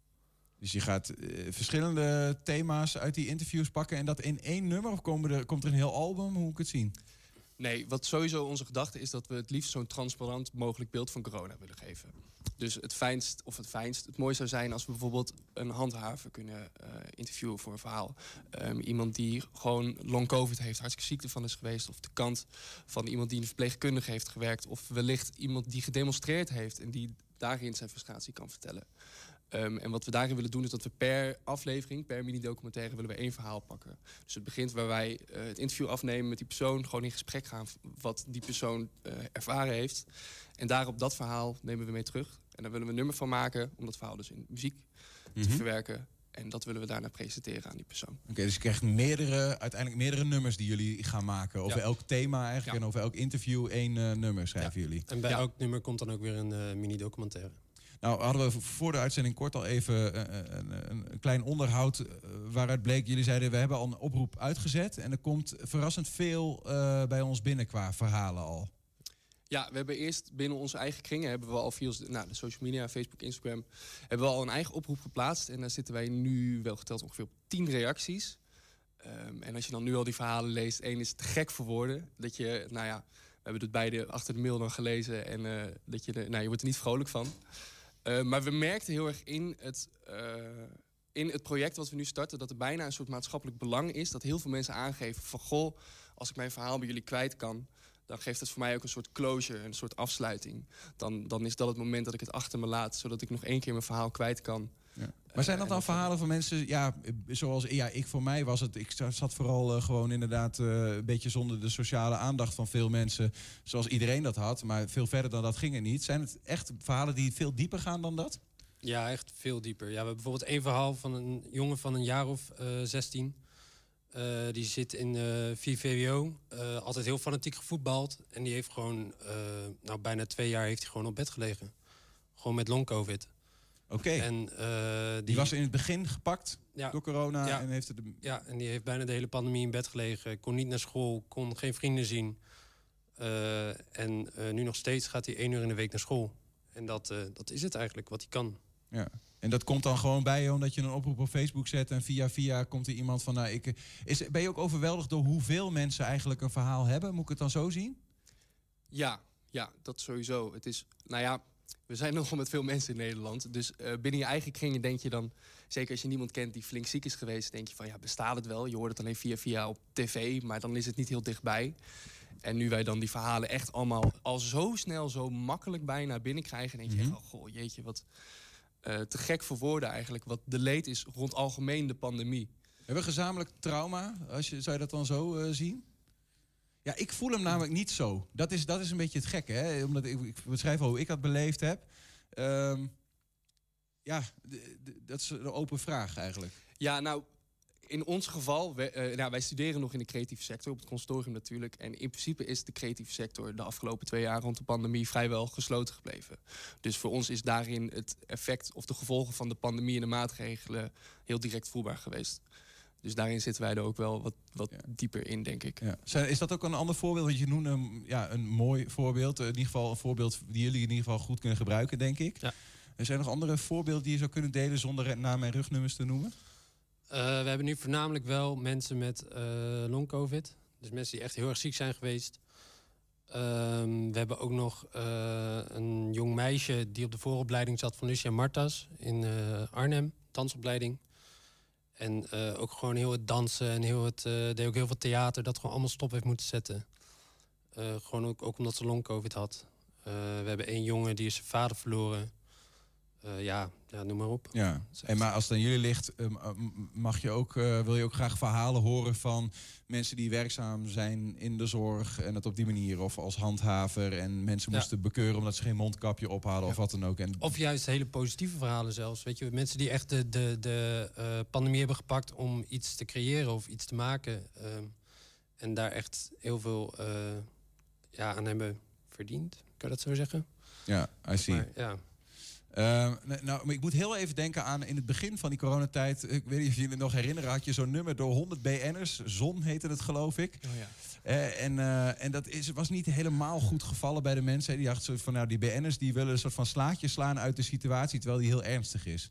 Dus je gaat uh, verschillende thema's uit die interviews pakken en dat in één nummer? Of komen er, komt er een heel album? Hoe moet ik het zien? Nee, wat sowieso onze gedachte is dat we het liefst zo'n transparant mogelijk beeld van corona willen geven. Dus het fijnst, of het fijnst, het mooi zou zijn als we bijvoorbeeld een handhaver kunnen uh, interviewen voor een verhaal. Um, iemand die gewoon long covid heeft, hartstikke ziek ervan is geweest. Of de kant van iemand die een verpleegkundige heeft gewerkt. Of wellicht iemand die gedemonstreerd heeft en die daarin zijn frustratie kan vertellen. Um, en wat we daarin willen doen is dat we per aflevering, per mini-documentaire, willen we één verhaal pakken. Dus het begint waar wij uh, het interview afnemen met die persoon, gewoon in gesprek gaan wat die persoon uh, ervaren heeft. En daarop dat verhaal nemen we mee terug. En daar willen we een nummer van maken om dat verhaal dus in muziek mm-hmm. te verwerken. En dat willen we daarna presenteren aan die persoon. Oké, okay, dus je krijgt meerdere, uiteindelijk meerdere nummers die jullie gaan maken. Over ja. elk thema eigenlijk ja. en over elk interview één uh, nummer schrijven ja. jullie. En bij ja. elk nummer komt dan ook weer een uh, mini-documentaire. Nou, hadden we voor de uitzending kort al even uh, een, een klein onderhoud uh, waaruit bleek, jullie zeiden we hebben al een oproep uitgezet en er komt verrassend veel uh, bij ons binnen qua verhalen al. Ja, we hebben eerst binnen onze eigen kringen, hebben we al via nou, de social media, Facebook, Instagram, hebben we al een eigen oproep geplaatst. En daar zitten wij nu wel geteld ongeveer op tien reacties. Um, en als je dan nu al die verhalen leest, één is te gek voor woorden. Dat je, nou ja, we hebben het beide achter de mail dan gelezen en uh, dat je, de, nou, je wordt er niet vrolijk van. Uh, maar we merkten heel erg in het, uh, in het project wat we nu starten, dat er bijna een soort maatschappelijk belang is. Dat heel veel mensen aangeven van, goh, als ik mijn verhaal bij jullie kwijt kan, dan geeft het voor mij ook een soort closure, een soort afsluiting. Dan, dan is dat het moment dat ik het achter me laat, zodat ik nog één keer mijn verhaal kwijt kan. Ja. Maar zijn dat dan uh, verhalen van mensen, ja, zoals ja, ik voor mij was het, ik zat vooral uh, gewoon inderdaad uh, een beetje zonder de sociale aandacht van veel mensen, zoals iedereen dat had, maar veel verder dan dat ging het niet. Zijn het echt verhalen die veel dieper gaan dan dat? Ja, echt veel dieper. Ja, we hebben bijvoorbeeld één verhaal van een jongen van een jaar of uh, zestien. Uh, die zit in uh, vier V W O, uh, altijd heel fanatiek gevoetbald. En die heeft gewoon, uh, nou bijna twee jaar heeft hij gewoon op bed gelegen. Gewoon met long covid. Oké. Okay. Uh, die... die was in het begin gepakt ja. door corona ja. en heeft het. De... Ja, en die heeft bijna de hele pandemie in bed gelegen. Kon niet naar school, kon geen vrienden zien. Uh, en uh, nu nog steeds gaat hij één uur in de week naar school. En dat, uh, dat is het eigenlijk, wat hij kan. Ja. En dat komt dan gewoon bij je omdat je een oproep op Facebook zet en via via komt er iemand van, nou, ik, is, ben je ook overweldigd door hoeveel mensen eigenlijk een verhaal hebben? Moet ik het dan zo zien? Ja, ja, dat sowieso. Het is, nou ja, we zijn nogal met veel mensen in Nederland. Dus uh, binnen je eigen kringen denk je dan, zeker als je niemand kent die flink ziek is geweest, denk je van, ja, bestaat het wel? Je hoort het alleen via via op tv, maar dan is het niet heel dichtbij. En nu wij dan die verhalen echt allemaal al zo snel, zo makkelijk bijna binnenkrijgen, denk je mm-hmm. echt, oh, goh, jeetje, wat uh, te gek voor woorden eigenlijk, wat de leed is rond algemeen de pandemie. Hebben we gezamenlijk trauma? Als je, zou je dat dan zo uh, zien? Ja, ik voel hem namelijk niet zo. Dat is, dat is een beetje het gekke, hè? Omdat ik, ik beschrijf hoe ik dat beleefd heb. Um, ja, d- d- dat is een open vraag eigenlijk. Ja, nou, in ons geval, wij, uh, nou, wij studeren nog in de creatieve sector, op het consortium natuurlijk. En in principe is de creatieve sector de afgelopen twee jaar rond de pandemie vrijwel gesloten gebleven. Dus voor ons is daarin het effect of de gevolgen van de pandemie en de maatregelen heel direct voelbaar geweest. Dus daarin zitten wij er ook wel wat, wat ja. dieper in, denk ik. Ja. Is dat ook een ander voorbeeld? Want je noemde een, ja, een mooi voorbeeld. In ieder geval een voorbeeld die jullie in ieder geval goed kunnen gebruiken, denk ik. Ja. Er zijn nog andere voorbeelden die je zou kunnen delen zonder naam en rugnummers te noemen? Uh, we hebben nu voornamelijk wel mensen met uh, long covid. Dus mensen die echt heel erg ziek zijn geweest. Um, we hebben ook nog uh, een jong meisje die op de vooropleiding zat van Lucia Martas in uh, Arnhem, dansopleiding. En uh, ook gewoon heel het dansen en heel het, uh, deed ook heel veel theater dat gewoon allemaal stop heeft moeten zetten. Uh, gewoon ook, ook omdat ze long-covid had. Uh, we hebben één jongen die is zijn vader verloren. Uh, ja, ja, noem maar op. Ja. En maar als het aan jullie ligt, mag je ook, uh, wil je ook graag verhalen horen van mensen die werkzaam zijn in de zorg en het op die manier, of als handhaver en mensen Ja. moesten bekeuren omdat ze geen mondkapje ophadden Ja. of wat dan ook. En Of juist hele positieve verhalen zelfs. Weet je, mensen die echt de, de, de uh, pandemie hebben gepakt om iets te creëren of iets te maken. Um, en daar echt heel veel uh, ja, aan hebben verdiend. Kan je dat zo zeggen? ja, I see. Maar, ja. Uh, nou, maar ik moet heel even denken aan in het begin van die coronatijd. Ik weet niet of jullie het nog herinneren. Had je zo'n nummer door honderd B N'ers. Zon heette het, geloof ik. Oh ja. Uh, en uh, en dat is, was niet helemaal goed gevallen bij de mensen. Die dachten zo van, nou, die B N'ers die willen een soort van slaatje slaan uit de situatie, terwijl die heel ernstig is.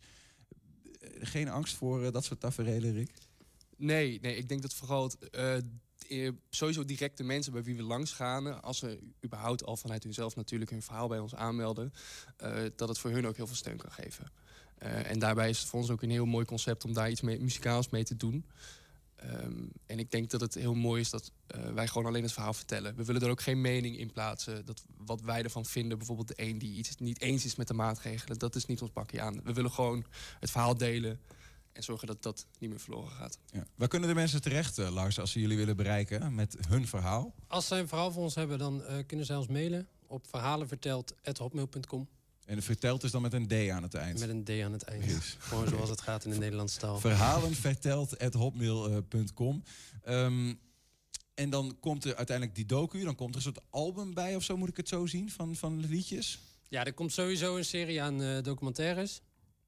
Geen angst voor uh, dat soort taferelen, Rick? Nee, nee, ik denk dat vooral het, uh, eh, sowieso direct de mensen bij wie we langs gaan, als ze überhaupt al vanuit hunzelf natuurlijk hun verhaal bij ons aanmelden, uh, dat het voor hun ook heel veel steun kan geven. Uh, en daarbij is het voor ons ook een heel mooi concept om daar iets mee, muzikaals mee te doen. Um, en ik denk dat het heel mooi is dat uh, wij gewoon alleen het verhaal vertellen. We willen er ook geen mening in plaatsen. Dat wat wij ervan vinden, bijvoorbeeld de een die iets niet eens is met de maatregelen, dat is niet ons pakje aan. We willen gewoon het verhaal delen en zorgen dat dat niet meer verloren gaat. Ja. Waar kunnen de mensen terecht, uh, Lars, als ze jullie willen bereiken met hun verhaal? Als zij een verhaal voor ons hebben, dan uh, kunnen zij ons mailen op verhalenverteld apenstaartje hotmail punt com. En verteld is dan met een D aan het eind? Met een D aan het eind. Yes. Gewoon zoals het gaat in de Nederlandse taal. Verhalenverteld apenstaartje hotmail punt com. Um, en dan komt er uiteindelijk die docu, dan komt er een soort album bij of zo, moet ik het zo zien, van, van liedjes? Ja, er komt sowieso een serie aan uh, documentaires.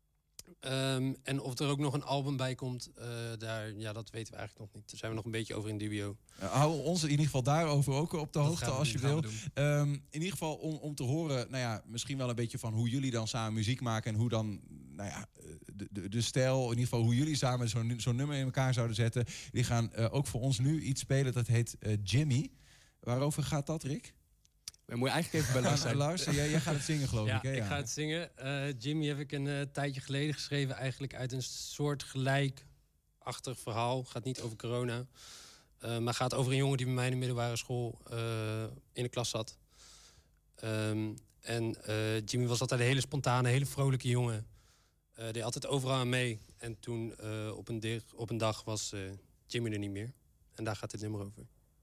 Um, en of er ook nog een album bij komt, uh, daar, ja, dat weten we eigenlijk nog niet. Daar zijn we nog een beetje over in dubio. Uh, hou ons in ieder geval daarover ook op de Dat hoogte gaan we als doen, je gaan wil. we Um, in ieder geval om, om te horen, nou ja, misschien wel een beetje van hoe jullie dan samen muziek maken en hoe dan, nou ja, de, de, de stijl, in ieder geval hoe jullie samen zo'n zo'n nummer in elkaar zouden zetten. Die gaan uh, ook voor ons nu iets spelen, dat heet uh, Jimmy. Waarover gaat dat, Rick? We moeten eigenlijk even bij Lars zijn. Lars, jij, jij gaat het zingen, geloof ja, ik. Hè? ik Ja. ga het zingen. Uh, Jimmy heb ik een uh, tijdje geleden geschreven, eigenlijk uit een soort gelijkachtig verhaal. Gaat niet over corona, uh, maar gaat over een jongen die bij mij in de middelbare school uh, in de klas zat. Um, en uh, Jimmy was altijd een hele spontane, hele vrolijke jongen. Uh, deed altijd overal aan mee. En toen uh, op, een dig, op een dag was uh, Jimmy er niet meer. En daar gaat dit nummer over.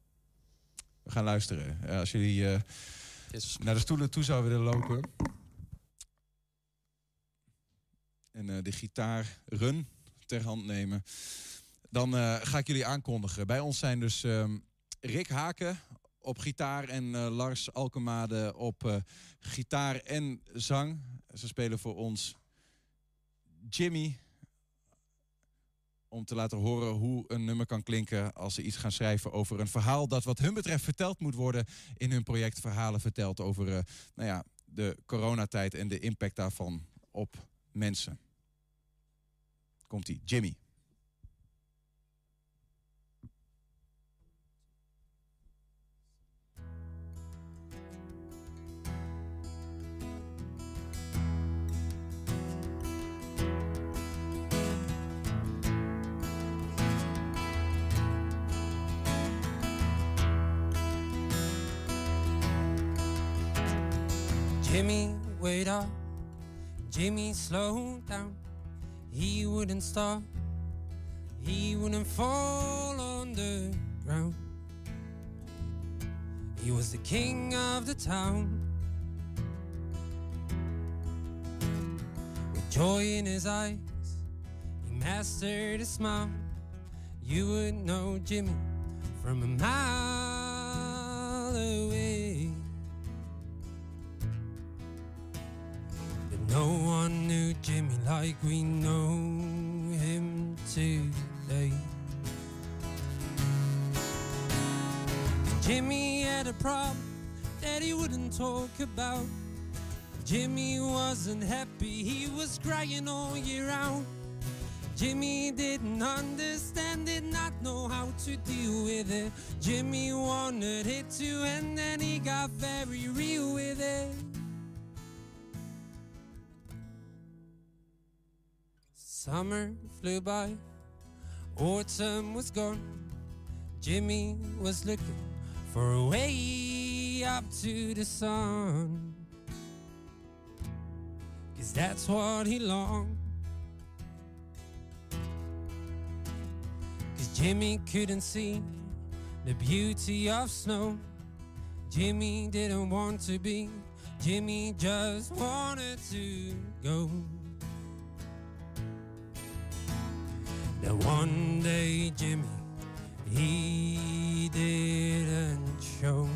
We gaan luisteren. Uh, als jullie uh, yes. naar de stoelen toe zouden willen lopen. En uh, de gitaar run ter hand nemen. Dan uh, ga ik jullie aankondigen. Bij ons zijn dus um, Rick Haken op gitaar en uh, Lars Alkemade op uh, gitaar en zang. Ze spelen voor ons Jimmy, om te laten horen hoe een nummer kan klinken als ze iets gaan schrijven over een verhaal dat wat hun betreft verteld moet worden in hun project Verhalen Verteld over uh, nou ja, de coronatijd en de impact daarvan op mensen. Komt-ie, Jimmy. Jimmy, wait up. Jimmy, slow down. He wouldn't stop. He wouldn't fall on the ground. He was the king of the town. With joy in his eyes, he mastered a smile. You would know Jimmy from a mile away. No one knew Jimmy like we know him today. Jimmy had a problem that he wouldn't talk about. Jimmy wasn't happy, he was crying all year round. Jimmy didn't understand it, not know how to deal with it. Jimmy wanted it to end and he got very real with it. Summer flew by, autumn was gone. Jimmy was looking for a way up to the sun, 'cause that's what he longed. 'Cause Jimmy couldn't see the beauty of snow. Jimmy didn't want to be, Jimmy just wanted to go. Then one day Jimmy, he didn't show.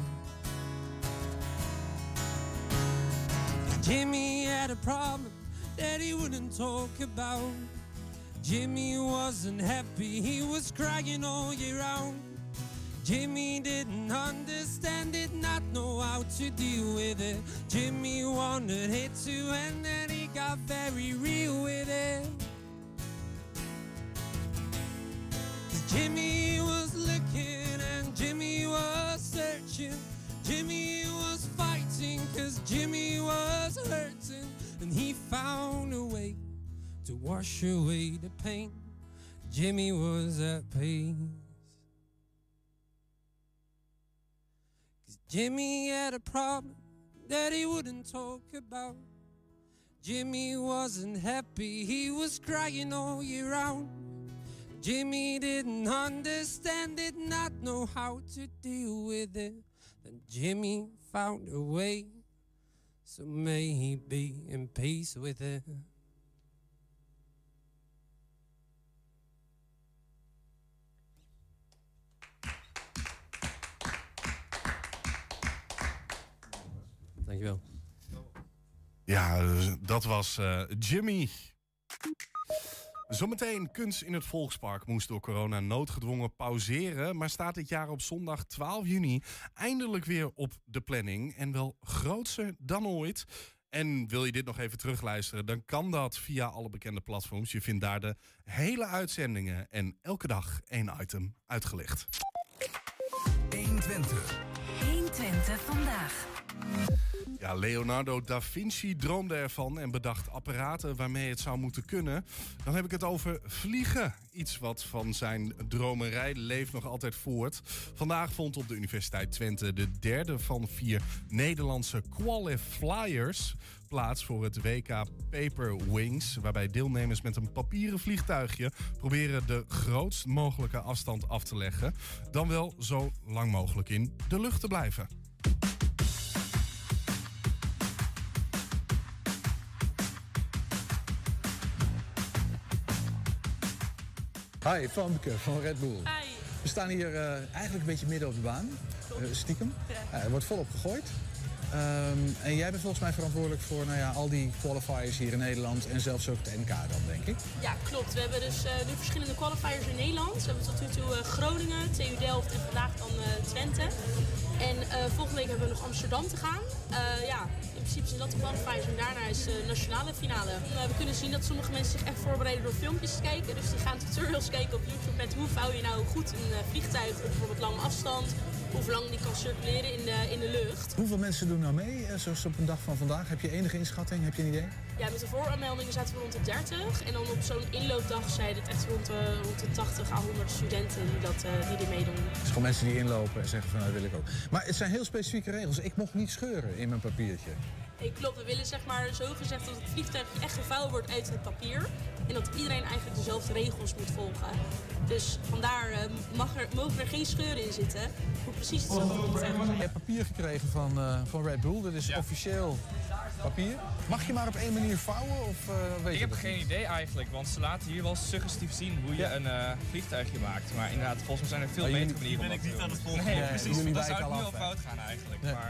Jimmy had a problem that he wouldn't talk about. Jimmy wasn't happy, he was crying all year round. Jimmy didn't understand it, not know how to deal with it. Jimmy wanted it to end and he got very real with it. Jimmy was looking and Jimmy was searching. Jimmy was fighting 'cause Jimmy was hurting. And he found a way to wash away the pain. Jimmy was at peace. 'Cause Jimmy had a problem that he wouldn't talk about. Jimmy wasn't happy, he was crying all year round. Jimmy didn't understand it, not know how to deal with it. Then Jimmy found a way, so may he be in peace with it. Dankjewel. Ja, dat was uh, Jimmy. Zometeen kunst in het Volkspark moest door corona noodgedwongen pauzeren, maar staat dit jaar op zondag twaalf juni eindelijk weer op de planning en wel grootser dan ooit. En wil je dit nog even terugluisteren, dan kan dat via alle bekende platforms. Je vindt daar de hele uitzendingen en elke dag één item uitgelicht. honderdtwintig. honderdtwintig vandaag. Ja, Leonardo da Vinci droomde ervan en bedacht apparaten waarmee het zou moeten kunnen. Dan heb ik het over vliegen. Iets wat van zijn dromerij leeft nog altijd voort. Vandaag vond op de Universiteit Twente de derde van vier Nederlandse qualifiers plaats voor het W K Paper Wings, waarbij deelnemers met een papieren vliegtuigje proberen de grootst mogelijke afstand af te leggen, dan wel zo lang mogelijk in de lucht te blijven. Hi, Famke van Red Bull. Hi. We staan hier uh, eigenlijk een beetje midden op de baan, uh, stiekem. Ja. Uh, er wordt volop gegooid. Um, en jij bent volgens mij verantwoordelijk voor nou ja, al die qualifiers hier in Nederland en zelfs ook de N K dan, denk ik. Ja, klopt. We hebben dus uh, nu verschillende qualifiers in Nederland. We hebben tot nu toe uh, Groningen, T U Delft en vandaag dan uh, Twente. En uh, volgende week hebben we nog Amsterdam te gaan. Uh, ja, in principe zijn dat de qualifiers en daarna is de uh, nationale finale. Uh, we kunnen zien dat sommige mensen zich echt voorbereiden door filmpjes te kijken. Dus die gaan tutorials kijken op YouTube met hoe vouw je nou goed een uh, vliegtuig op bijvoorbeeld lange afstand. Hoe lang die kan circuleren in de, in de lucht. Hoeveel mensen doen nou mee, zoals op een dag van vandaag? Heb je enige inschatting? Heb je een idee? Ja, met de vooranmeldingen zaten we rond de dertig. En dan op zo'n inloopdag zijn het echt rond de, rond de tachtig à honderd studenten die, dat, uh, die er meedoen. Het is gewoon mensen die inlopen en zeggen van nou, dat wil ik ook. Maar het zijn heel specifieke regels. Ik mocht niet scheuren in mijn papiertje. Nee, klopt. We willen zeg maar zo gezegd dat het vliegtuig echt gevouwen wordt uit het papier. En dat iedereen eigenlijk dezelfde regels moet volgen. Dus vandaar uh, mag er, mogen er geen scheuren in zitten. Hoe precies hetzelfde moet zijn. Je hebt papier gekregen van, uh, van Red Bull. Dat is ja. officieel papier. Mag je maar op één manier vouwen? Of, uh, weet ik je heb geen niet? idee eigenlijk. Want ze laten hier wel suggestief zien hoe je ja. een uh, vliegtuigje maakt. Maar inderdaad, volgens mij zijn er veel oh, betere manieren om dat te doen. Ben ik niet aan het volgen. Nee, ja, precies. Jullie dat zou het nu al al fout gaan eigenlijk. Ja. Maar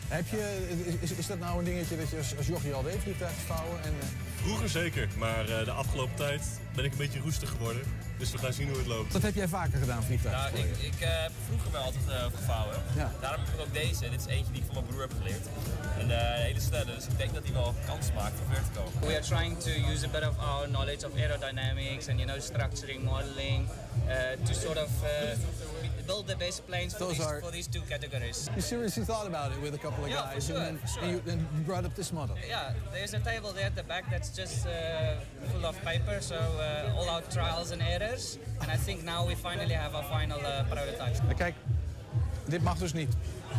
Heb je, is, is dat nou een dingetje dat je als, als jochie al deed, vliegtuigen vouwen? En, uh... Vroeger zeker, maar uh, de afgelopen tijd ben ik een beetje roestig geworden. Dus we gaan zien hoe het loopt. Wat heb jij vaker gedaan, vliegtuigen? Nou, ik, ik uh, heb vroeger wel altijd uh, gevouwen. Ja. Daarom heb ik ook deze. Dit is eentje die ik van mijn broer heb geleerd. En uh, een hele snelle, dus ik denk dat hij wel kans maakt om ver te komen. We are trying to use a bit of our knowledge of aerodynamics and, you know, structuring, modeling uh, to sort of uh, build the base planes for these, are... for these two categories. You seriously thought about it with a couple of yeah, guys, for sure, and, then, for sure. and, you, and you brought up this model. Yeah, there's a table there at the back that's just uh, full of paper, so uh, all our trials and errors. And I think now we finally have our final uh, prototype. Kijk, dit mag dus niet.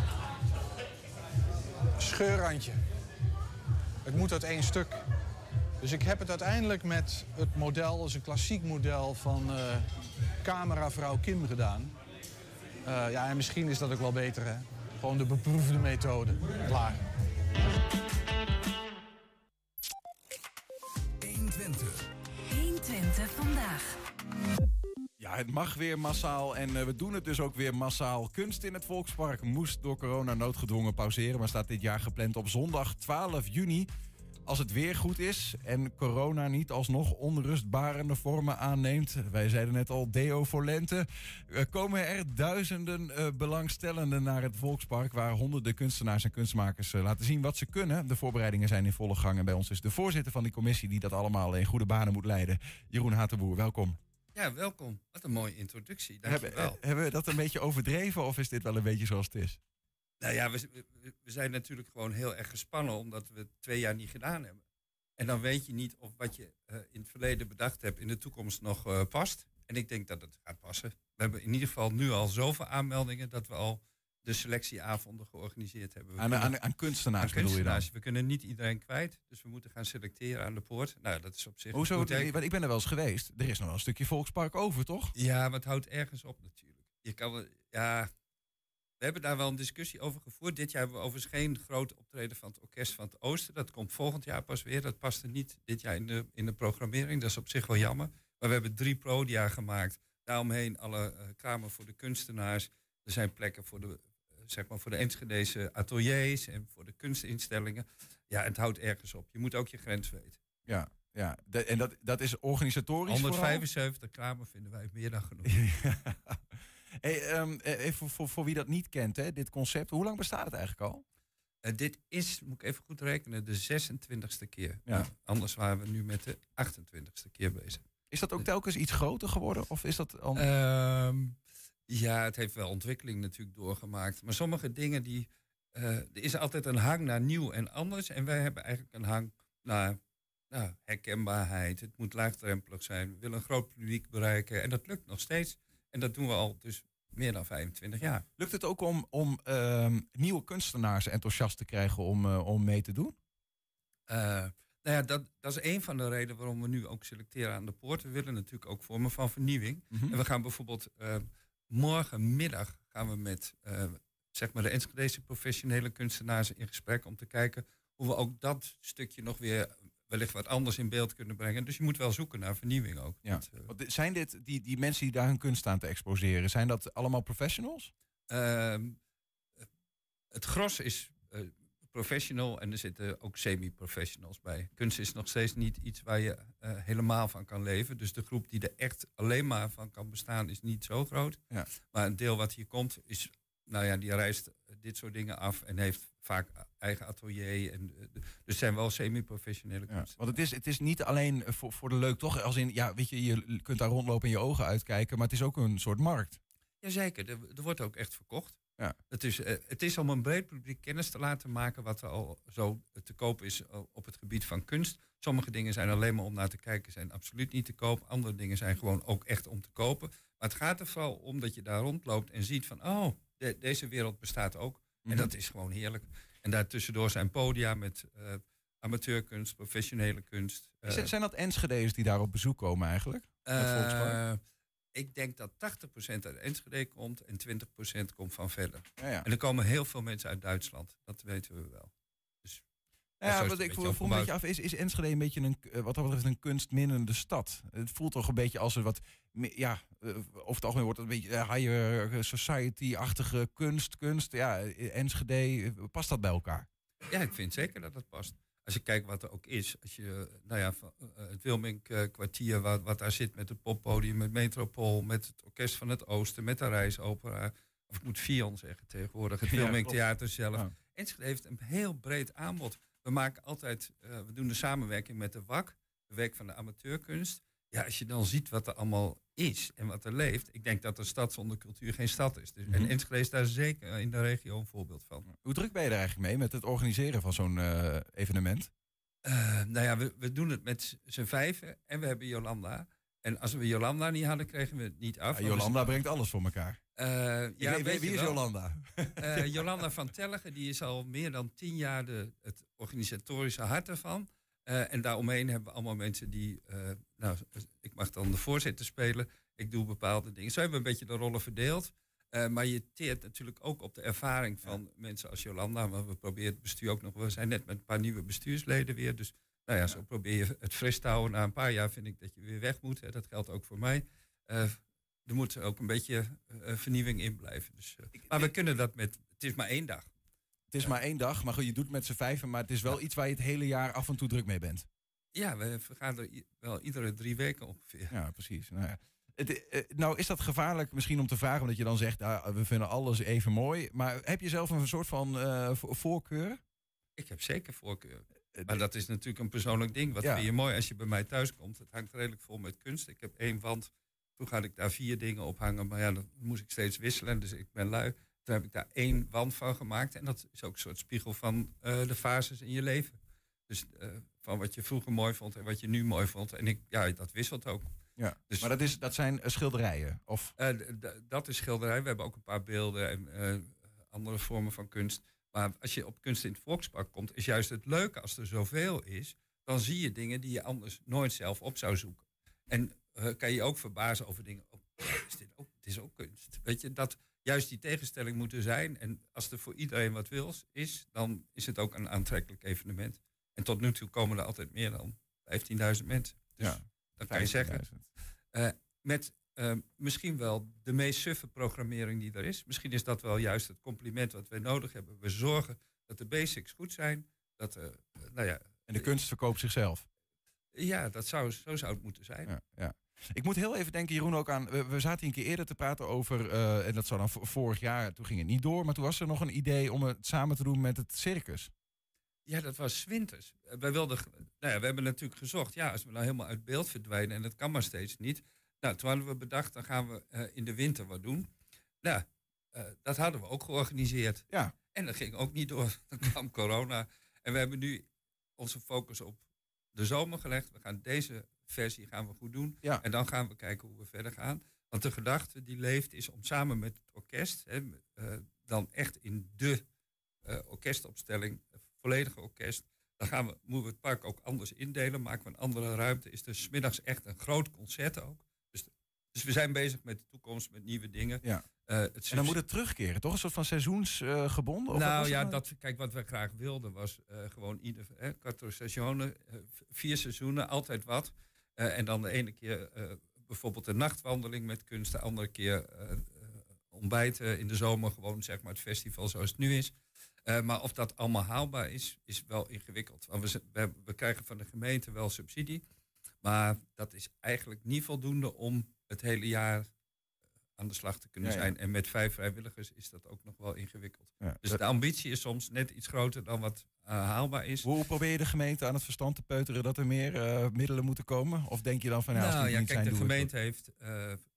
Scheurrandje. Het moet uit één stuk. Dus ik heb het uiteindelijk met het model, dus een klassiek model van uh, cameravrouw Kim gedaan. Uh, ja, en misschien is dat ook wel beter, hè. Gewoon de beproefde methode. Klaar. honderdtwintig. honderdtwintig vandaag. Ja, het mag weer massaal en uh, we doen het dus ook weer massaal. Kunst in het Volkspark moest door corona noodgedwongen pauzeren, maar staat dit jaar gepland op zondag twaalf juni. Als het weer goed is en corona niet alsnog onrustbarende vormen aanneemt, wij zeiden net al deo voor lente, uh, komen er duizenden uh, belangstellenden naar het Volkspark, waar honderden kunstenaars en kunstmakers uh, laten zien wat ze kunnen. De voorbereidingen zijn in volle gang en bij ons is de voorzitter van die commissie die dat allemaal in goede banen moet leiden, Jeroen Hatenboer. Welkom. Ja, welkom. Wat een mooie introductie. Dank je wel. Hebben, hebben we dat een beetje overdreven of is dit wel een beetje zoals het is? Nou ja, we, we, we zijn natuurlijk gewoon heel erg gespannen omdat we het twee jaar niet gedaan hebben. En dan weet je niet of wat je uh, in het verleden bedacht hebt in de toekomst nog uh, past. En ik denk dat het gaat passen. We hebben in ieder geval nu al zoveel aanmeldingen dat we al de selectieavonden georganiseerd hebben. We Aan, kunnen, aan, aan kunstenaars aan bedoel je dan? We kunnen niet iedereen kwijt, dus we moeten gaan selecteren aan de poort. Nou, dat is op zich Hoezo? goed. Want ik ben er wel eens geweest. Er is nog wel een stukje Volkspark over, toch? Ja, maar het houdt ergens op natuurlijk. Je kan, ja, we hebben daar wel een discussie over gevoerd. Dit jaar hebben we overigens geen groot optreden van het Orkest van het Oosten. Dat komt volgend jaar pas weer. Dat past er niet dit jaar in de, in de programmering. Dat is op zich wel jammer. Maar we hebben drie podia gemaakt. Daaromheen alle uh, kamer voor de kunstenaars. Er zijn plekken voor de, uh, zeg maar voor de Enschedese ateliers en voor de kunstinstellingen. Ja, het houdt ergens op. Je moet ook je grens weten. Ja, ja. De, en dat, dat is organisatorisch honderdvijfenzeventig kamer vinden wij meer dan genoeg. Ja. Hey, um, even voor, voor, voor wie dat niet kent, hè, dit concept. Hoe lang bestaat het eigenlijk al? Uh, dit is, moet ik even goed rekenen, de zesentwintigste keer. Ja. Uh, anders waren we nu met de achtentwintigste keer bezig. Is dat ook telkens iets groter geworden? Of is dat al... Um, ja, het heeft wel ontwikkeling natuurlijk doorgemaakt. Maar sommige dingen die... Uh, er is altijd een hang naar nieuw en anders. En wij hebben eigenlijk een hang naar nou, herkenbaarheid. Het moet laagdrempelig zijn. We willen een groot publiek bereiken. En dat lukt nog steeds. En dat doen we al dus meer dan vijfentwintig jaar. Lukt het ook om, om uh, nieuwe kunstenaars enthousiast te krijgen om, uh, om mee te doen? Uh, nou ja, dat, dat is een van de redenen waarom we nu ook selecteren aan de poort. We willen natuurlijk ook vormen van vernieuwing. Mm-hmm. En we gaan bijvoorbeeld uh, morgenmiddag gaan we met uh, zeg maar de Enschedese professionele kunstenaars in gesprek om te kijken hoe we ook dat stukje nog weer wellicht wat anders in beeld kunnen brengen. Dus je moet wel zoeken naar vernieuwing ook. Ja. Dat, uh, zijn dit die, die mensen die daar hun kunst staan te exposeren, zijn dat allemaal professionals? Uh, het gros is uh, professional en er zitten ook semi-professionals bij. Kunst is nog steeds niet iets waar je uh, helemaal van kan leven. Dus de groep die er echt alleen maar van kan bestaan is niet zo groot. Ja. Maar een deel wat hier komt is, nou ja, die reist dit soort dingen af en heeft vaak eigen atelier. En, dus het zijn wel semi-professionele kunst. Ja, want het is, het is niet alleen voor, voor de leuk, toch? Als in, ja, weet je, je kunt daar rondlopen en je ogen uitkijken, maar het is ook een soort markt. Jazeker, er, er wordt ook echt verkocht. Ja. Het, is, uh, het is om een breed publiek kennis te laten maken wat er al zo te koop is op het gebied van kunst. Sommige dingen zijn alleen maar om naar te kijken, zijn absoluut niet te koop. Andere dingen zijn gewoon ook echt om te kopen. Maar het gaat er vooral om dat je daar rondloopt en ziet van, oh, de, deze wereld bestaat ook. Mm-hmm. En dat is gewoon heerlijk. En daartussendoor zijn podia met uh, amateurkunst, professionele kunst. Uh, zijn dat Enschede's die daar op bezoek komen eigenlijk? Uh, ik denk dat tachtig procent uit Enschede komt en twintig procent komt van verder. Ja, ja. En er komen heel veel mensen uit Duitsland. Dat weten we wel. Dus. Ja, zo is wat het ik een vroeg beetje vroeg een beetje af, is, is Enschede een beetje een, uh, wat dat betreft een kunstminnende stad? Het voelt toch een beetje als een wat, me- ja, uh, over het algemeen wordt het een beetje uh, higher society-achtige kunst, kunst. Ja, Enschede, uh, past dat bij elkaar? Ja, ik vind zeker dat dat past. Als je kijkt wat er ook is, als je, nou ja, van, uh, het Wilmink-kwartier, wat, wat daar zit met het poppodium, met Metropool, met het Orkest van het Oosten, met de Reisopera, of ik moet Vion zeggen tegenwoordig, het Ja, Wilmink klopt. Theater zelf. Ja. Enschede heeft een heel breed aanbod. We maken altijd, uh, we doen de samenwerking met de W A C, de Week van de Amateurkunst. Ja, als je dan ziet wat er allemaal is en wat er leeft, ik denk dat een stad zonder cultuur geen stad is. Dus, Mm-hmm. En Enschede is daar zeker in de regio een voorbeeld van. Hoe druk ben je er eigenlijk mee met het organiseren van zo'n uh, evenement? Uh, nou ja, we, we doen het met z'n vijven en we hebben Jolanda. En als we Jolanda niet hadden, kregen we het niet af. Ja, Jolanda brengt alles voor elkaar. Uh, ja, weet, weet wie je is wel. Jolanda? Uh, Jolanda van Telligen, die is al meer dan tien jaar de, het organisatorische hart ervan. Uh, en daaromheen hebben we allemaal mensen die... Uh, nou, ik mag dan de voorzitter spelen. Ik doe bepaalde dingen. Zo hebben we een beetje de rollen verdeeld. Uh, maar je teert natuurlijk ook op de ervaring van ja. mensen als Jolanda. Maar we proberen het bestuur ook nog... We zijn net met een paar nieuwe bestuursleden weer. Dus nou ja, zo probeer je het fris te houden. Na een paar jaar vind ik dat je weer weg moet. Hè. Dat geldt ook voor mij. Uh, er moet ook een beetje uh, vernieuwing in blijven. Dus, uh, maar we kunnen dat met... Het is maar één dag. Het is ja. maar één dag, maar goed, je doet het met z'n vijven. Maar het is wel ja. iets waar je het hele jaar af en toe druk mee bent. Ja, we vergaderen i- wel iedere drie weken ongeveer. Ja, precies. Nou, ja. het, uh, nou is dat gevaarlijk misschien om te vragen, omdat je dan zegt, uh, we vinden alles even mooi. Maar heb je zelf een soort van uh, voorkeur? Ik heb zeker voorkeur. Maar dat is natuurlijk een persoonlijk ding. Wat ja. vind je mooi als je bij mij thuis komt? Het hangt redelijk vol met kunst. Ik heb één wand. Toen had ik daar vier dingen ophangen. Maar ja, dan moest ik steeds wisselen. Dus ik ben lui. Toen heb ik daar één wand van gemaakt. En dat is ook een soort spiegel van uh, de fases in je leven. Dus uh, van wat je vroeger mooi vond en wat je nu mooi vond. En ik, ja, dat wisselt ook. Ja, dus, maar dat, is, dat zijn uh, schilderijen? Of? Uh, d- d- dat is schilderij. We hebben ook een paar beelden en uh, andere vormen van kunst. Maar als je op kunst in het Volkspark komt, is juist het leuke als er zoveel is. Dan zie je dingen die je anders nooit zelf op zou zoeken. En uh, kan je ook verbazen over dingen. Oh, is dit ook, het is ook kunst. Weet je, dat juist die tegenstelling moet er zijn. En als er voor iedereen wat wils is, dan is het ook een aantrekkelijk evenement. En tot nu toe komen er altijd meer dan vijftienduizend mensen. Dus ja, dan kan je zeggen, uh, met uh, misschien wel de meest suffe programmering die er is. Misschien is dat wel juist het compliment wat wij nodig hebben. We zorgen dat de basics goed zijn. Dat, uh, nou ja, en de kunst verkoopt zichzelf. Ja, dat zou, zo zou het moeten zijn. Ja, ja. Ik moet heel even denken, Jeroen, ook aan... We, we zaten hier een keer eerder te praten over... Uh, en dat zou dan v- vorig jaar, toen ging het niet door... maar toen was er nog een idee om het samen te doen met het circus. Ja, dat was 's winters. Wij wilden, nou ja, we hebben natuurlijk gezocht... ja, als we nou helemaal uit beeld verdwijnen... en dat kan maar steeds niet... Nou, toen hadden we bedacht, dan gaan we uh, in de winter wat doen. Nou, uh, dat hadden we ook georganiseerd. Ja. En dat ging ook niet door. Dan kwam corona. En we hebben nu onze focus op de zomer gelegd. We gaan deze versie gaan we goed doen. Ja. En dan gaan we kijken hoe we verder gaan. Want de gedachte die leeft is om samen met het orkest... Hè, uh, dan echt in de uh, orkestopstelling, volledige orkest... dan gaan we, moeten we het park ook anders indelen. Maken we een andere ruimte. Is dus 's middags echt een groot concert ook. Dus, dus we zijn bezig met de toekomst, met nieuwe dingen. Ja. Uh, het en dan moet het terugkeren, toch? Een soort van seizoensgebonden? Uh, nou ja, dat, kijk, wat we graag wilden was uh, gewoon ieder... Eh, quattro seizoenen, uh, vier seizoenen, altijd wat. Uh, en dan de ene keer uh, bijvoorbeeld een nachtwandeling met kunst. De andere keer uh, uh, ontbijten in de zomer. Gewoon zeg maar het festival zoals het nu is. Uh, maar of dat allemaal haalbaar is, is wel ingewikkeld. Want we, we, we krijgen van de gemeente wel subsidie. Maar dat is eigenlijk niet voldoende om het hele jaar aan de slag te kunnen ja, ja. zijn. En met vijf vrijwilligers is dat ook nog wel ingewikkeld. Ja, dus dat... de ambitie is soms net iets groter dan wat uh, haalbaar is. Hoe probeer je de gemeente aan het verstand te peuteren dat er meer uh, middelen moeten komen? Of denk je dan van... Nou, nou als ja, niet kijk, zijn, de gemeente het heeft uh, uh,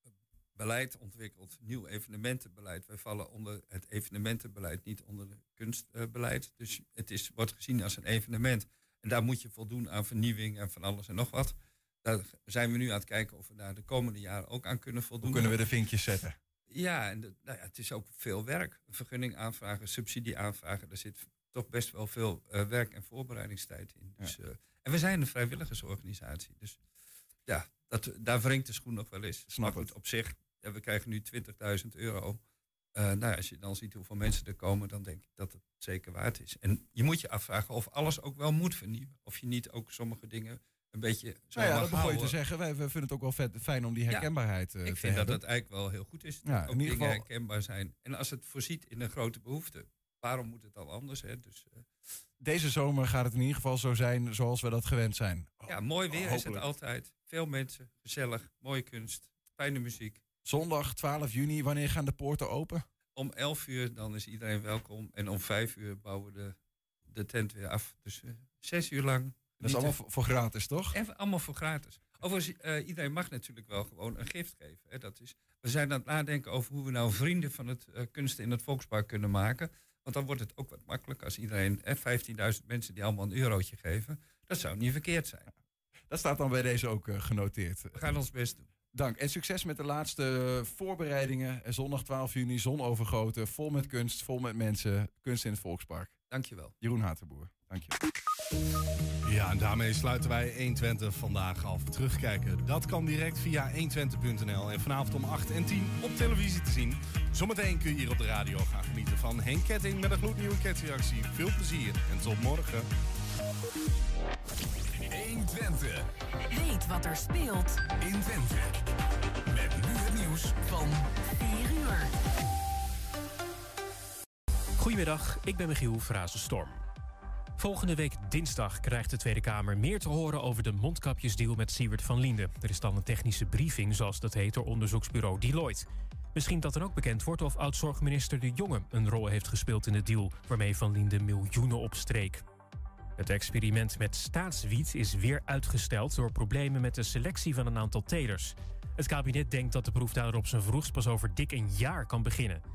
beleid ontwikkeld. Nieuw evenementenbeleid. Wij vallen onder het evenementenbeleid, niet onder het kunstbeleid. Uh, dus het is, wordt gezien als een evenement. En daar moet je voldoen aan vernieuwing en van alles en nog wat. Daar zijn we nu aan het kijken of we daar de komende jaren ook aan kunnen voldoen. Hoe kunnen we de vinkjes zetten? Ja, en de, nou ja, het is ook veel werk. Een vergunning aanvragen, subsidie aanvragen. Daar zit toch best wel veel uh, werk en voorbereidingstijd in. Dus, ja. uh, en we zijn een vrijwilligersorganisatie. Dus ja, dat, daar wringt de schoen nog wel eens. Snap maar goed, het. op zich, ja, we krijgen nu twintigduizend euro. Uh, nou ja, als je dan ziet hoeveel mensen er komen, dan denk ik dat het zeker waard is. En je moet je afvragen of alles ook wel moet vernieuwen. Of je niet ook sommige dingen een beetje zo nou ja, mag dat begon je houden. te zeggen. Wij, wij vinden het ook wel vet, fijn om die herkenbaarheid ja, uh, te ik vind hebben. dat het eigenlijk wel heel goed is. Dat Ja, ook in ieder dingen geval herkenbaar zijn. En als het voorziet in een grote behoefte, waarom moet het dan anders? Hè? Dus, uh, deze zomer gaat het in ieder geval zo zijn zoals we dat gewend zijn. Ja, mooi weer oh, is het altijd. Veel mensen, gezellig, mooie kunst, fijne muziek. Zondag twaalf juni, wanneer gaan de poorten open? Om elf uur, dan is iedereen welkom. En om vijf uur bouwen we de, de tent weer af. Dus uh, zes uur lang. Dat is allemaal voor, voor gratis, toch? Even allemaal voor gratis. Overigens, uh, iedereen mag natuurlijk wel gewoon een gift geven. Hè? Dat is, we zijn aan het nadenken over hoe we nou vrienden van het uh, kunsten in het Volkspark kunnen maken. Want dan wordt het ook wat makkelijker als iedereen, eh, vijftienduizend mensen die allemaal een eurotje geven. Dat zou niet verkeerd zijn. Dat staat dan bij deze ook uh, genoteerd. We gaan ons best doen. Dank en succes met de laatste voorbereidingen. Zondag twaalf juni, zon overgoten, vol met kunst, vol met mensen. Kunst in het Volkspark. Dankjewel. Jeroen Hatenboer, dank je. Ja, en daarmee sluiten wij honderdtwintig vandaag af. Terugkijken, dat kan direct via honderdtwintig punt n l en vanavond om acht en tien op televisie te zien. Zometeen kun je hier op de radio gaan genieten van Henk Ketting met een gloednieuwe ketreactie. Veel plezier en tot morgen. honderdtwintig. Weet wat er speelt in Twente. Met nu het nieuws van vier uur. Goedemiddag, ik ben Michiel Frazenstorm. Volgende week dinsdag krijgt de Tweede Kamer meer te horen over de mondkapjesdeal met Siewert van Lienden. Er is dan een technische briefing, zoals dat heet, door onderzoeksbureau Deloitte. Misschien dat dan ook bekend wordt of oud-zorgminister De Jonge een rol heeft gespeeld in de deal waarmee Van Lienden miljoenen opstreek. Het experiment met staatswiet is weer uitgesteld door problemen met de selectie van een aantal telers. Het kabinet denkt dat de proef daar op zijn vroegst pas over dik een jaar kan beginnen.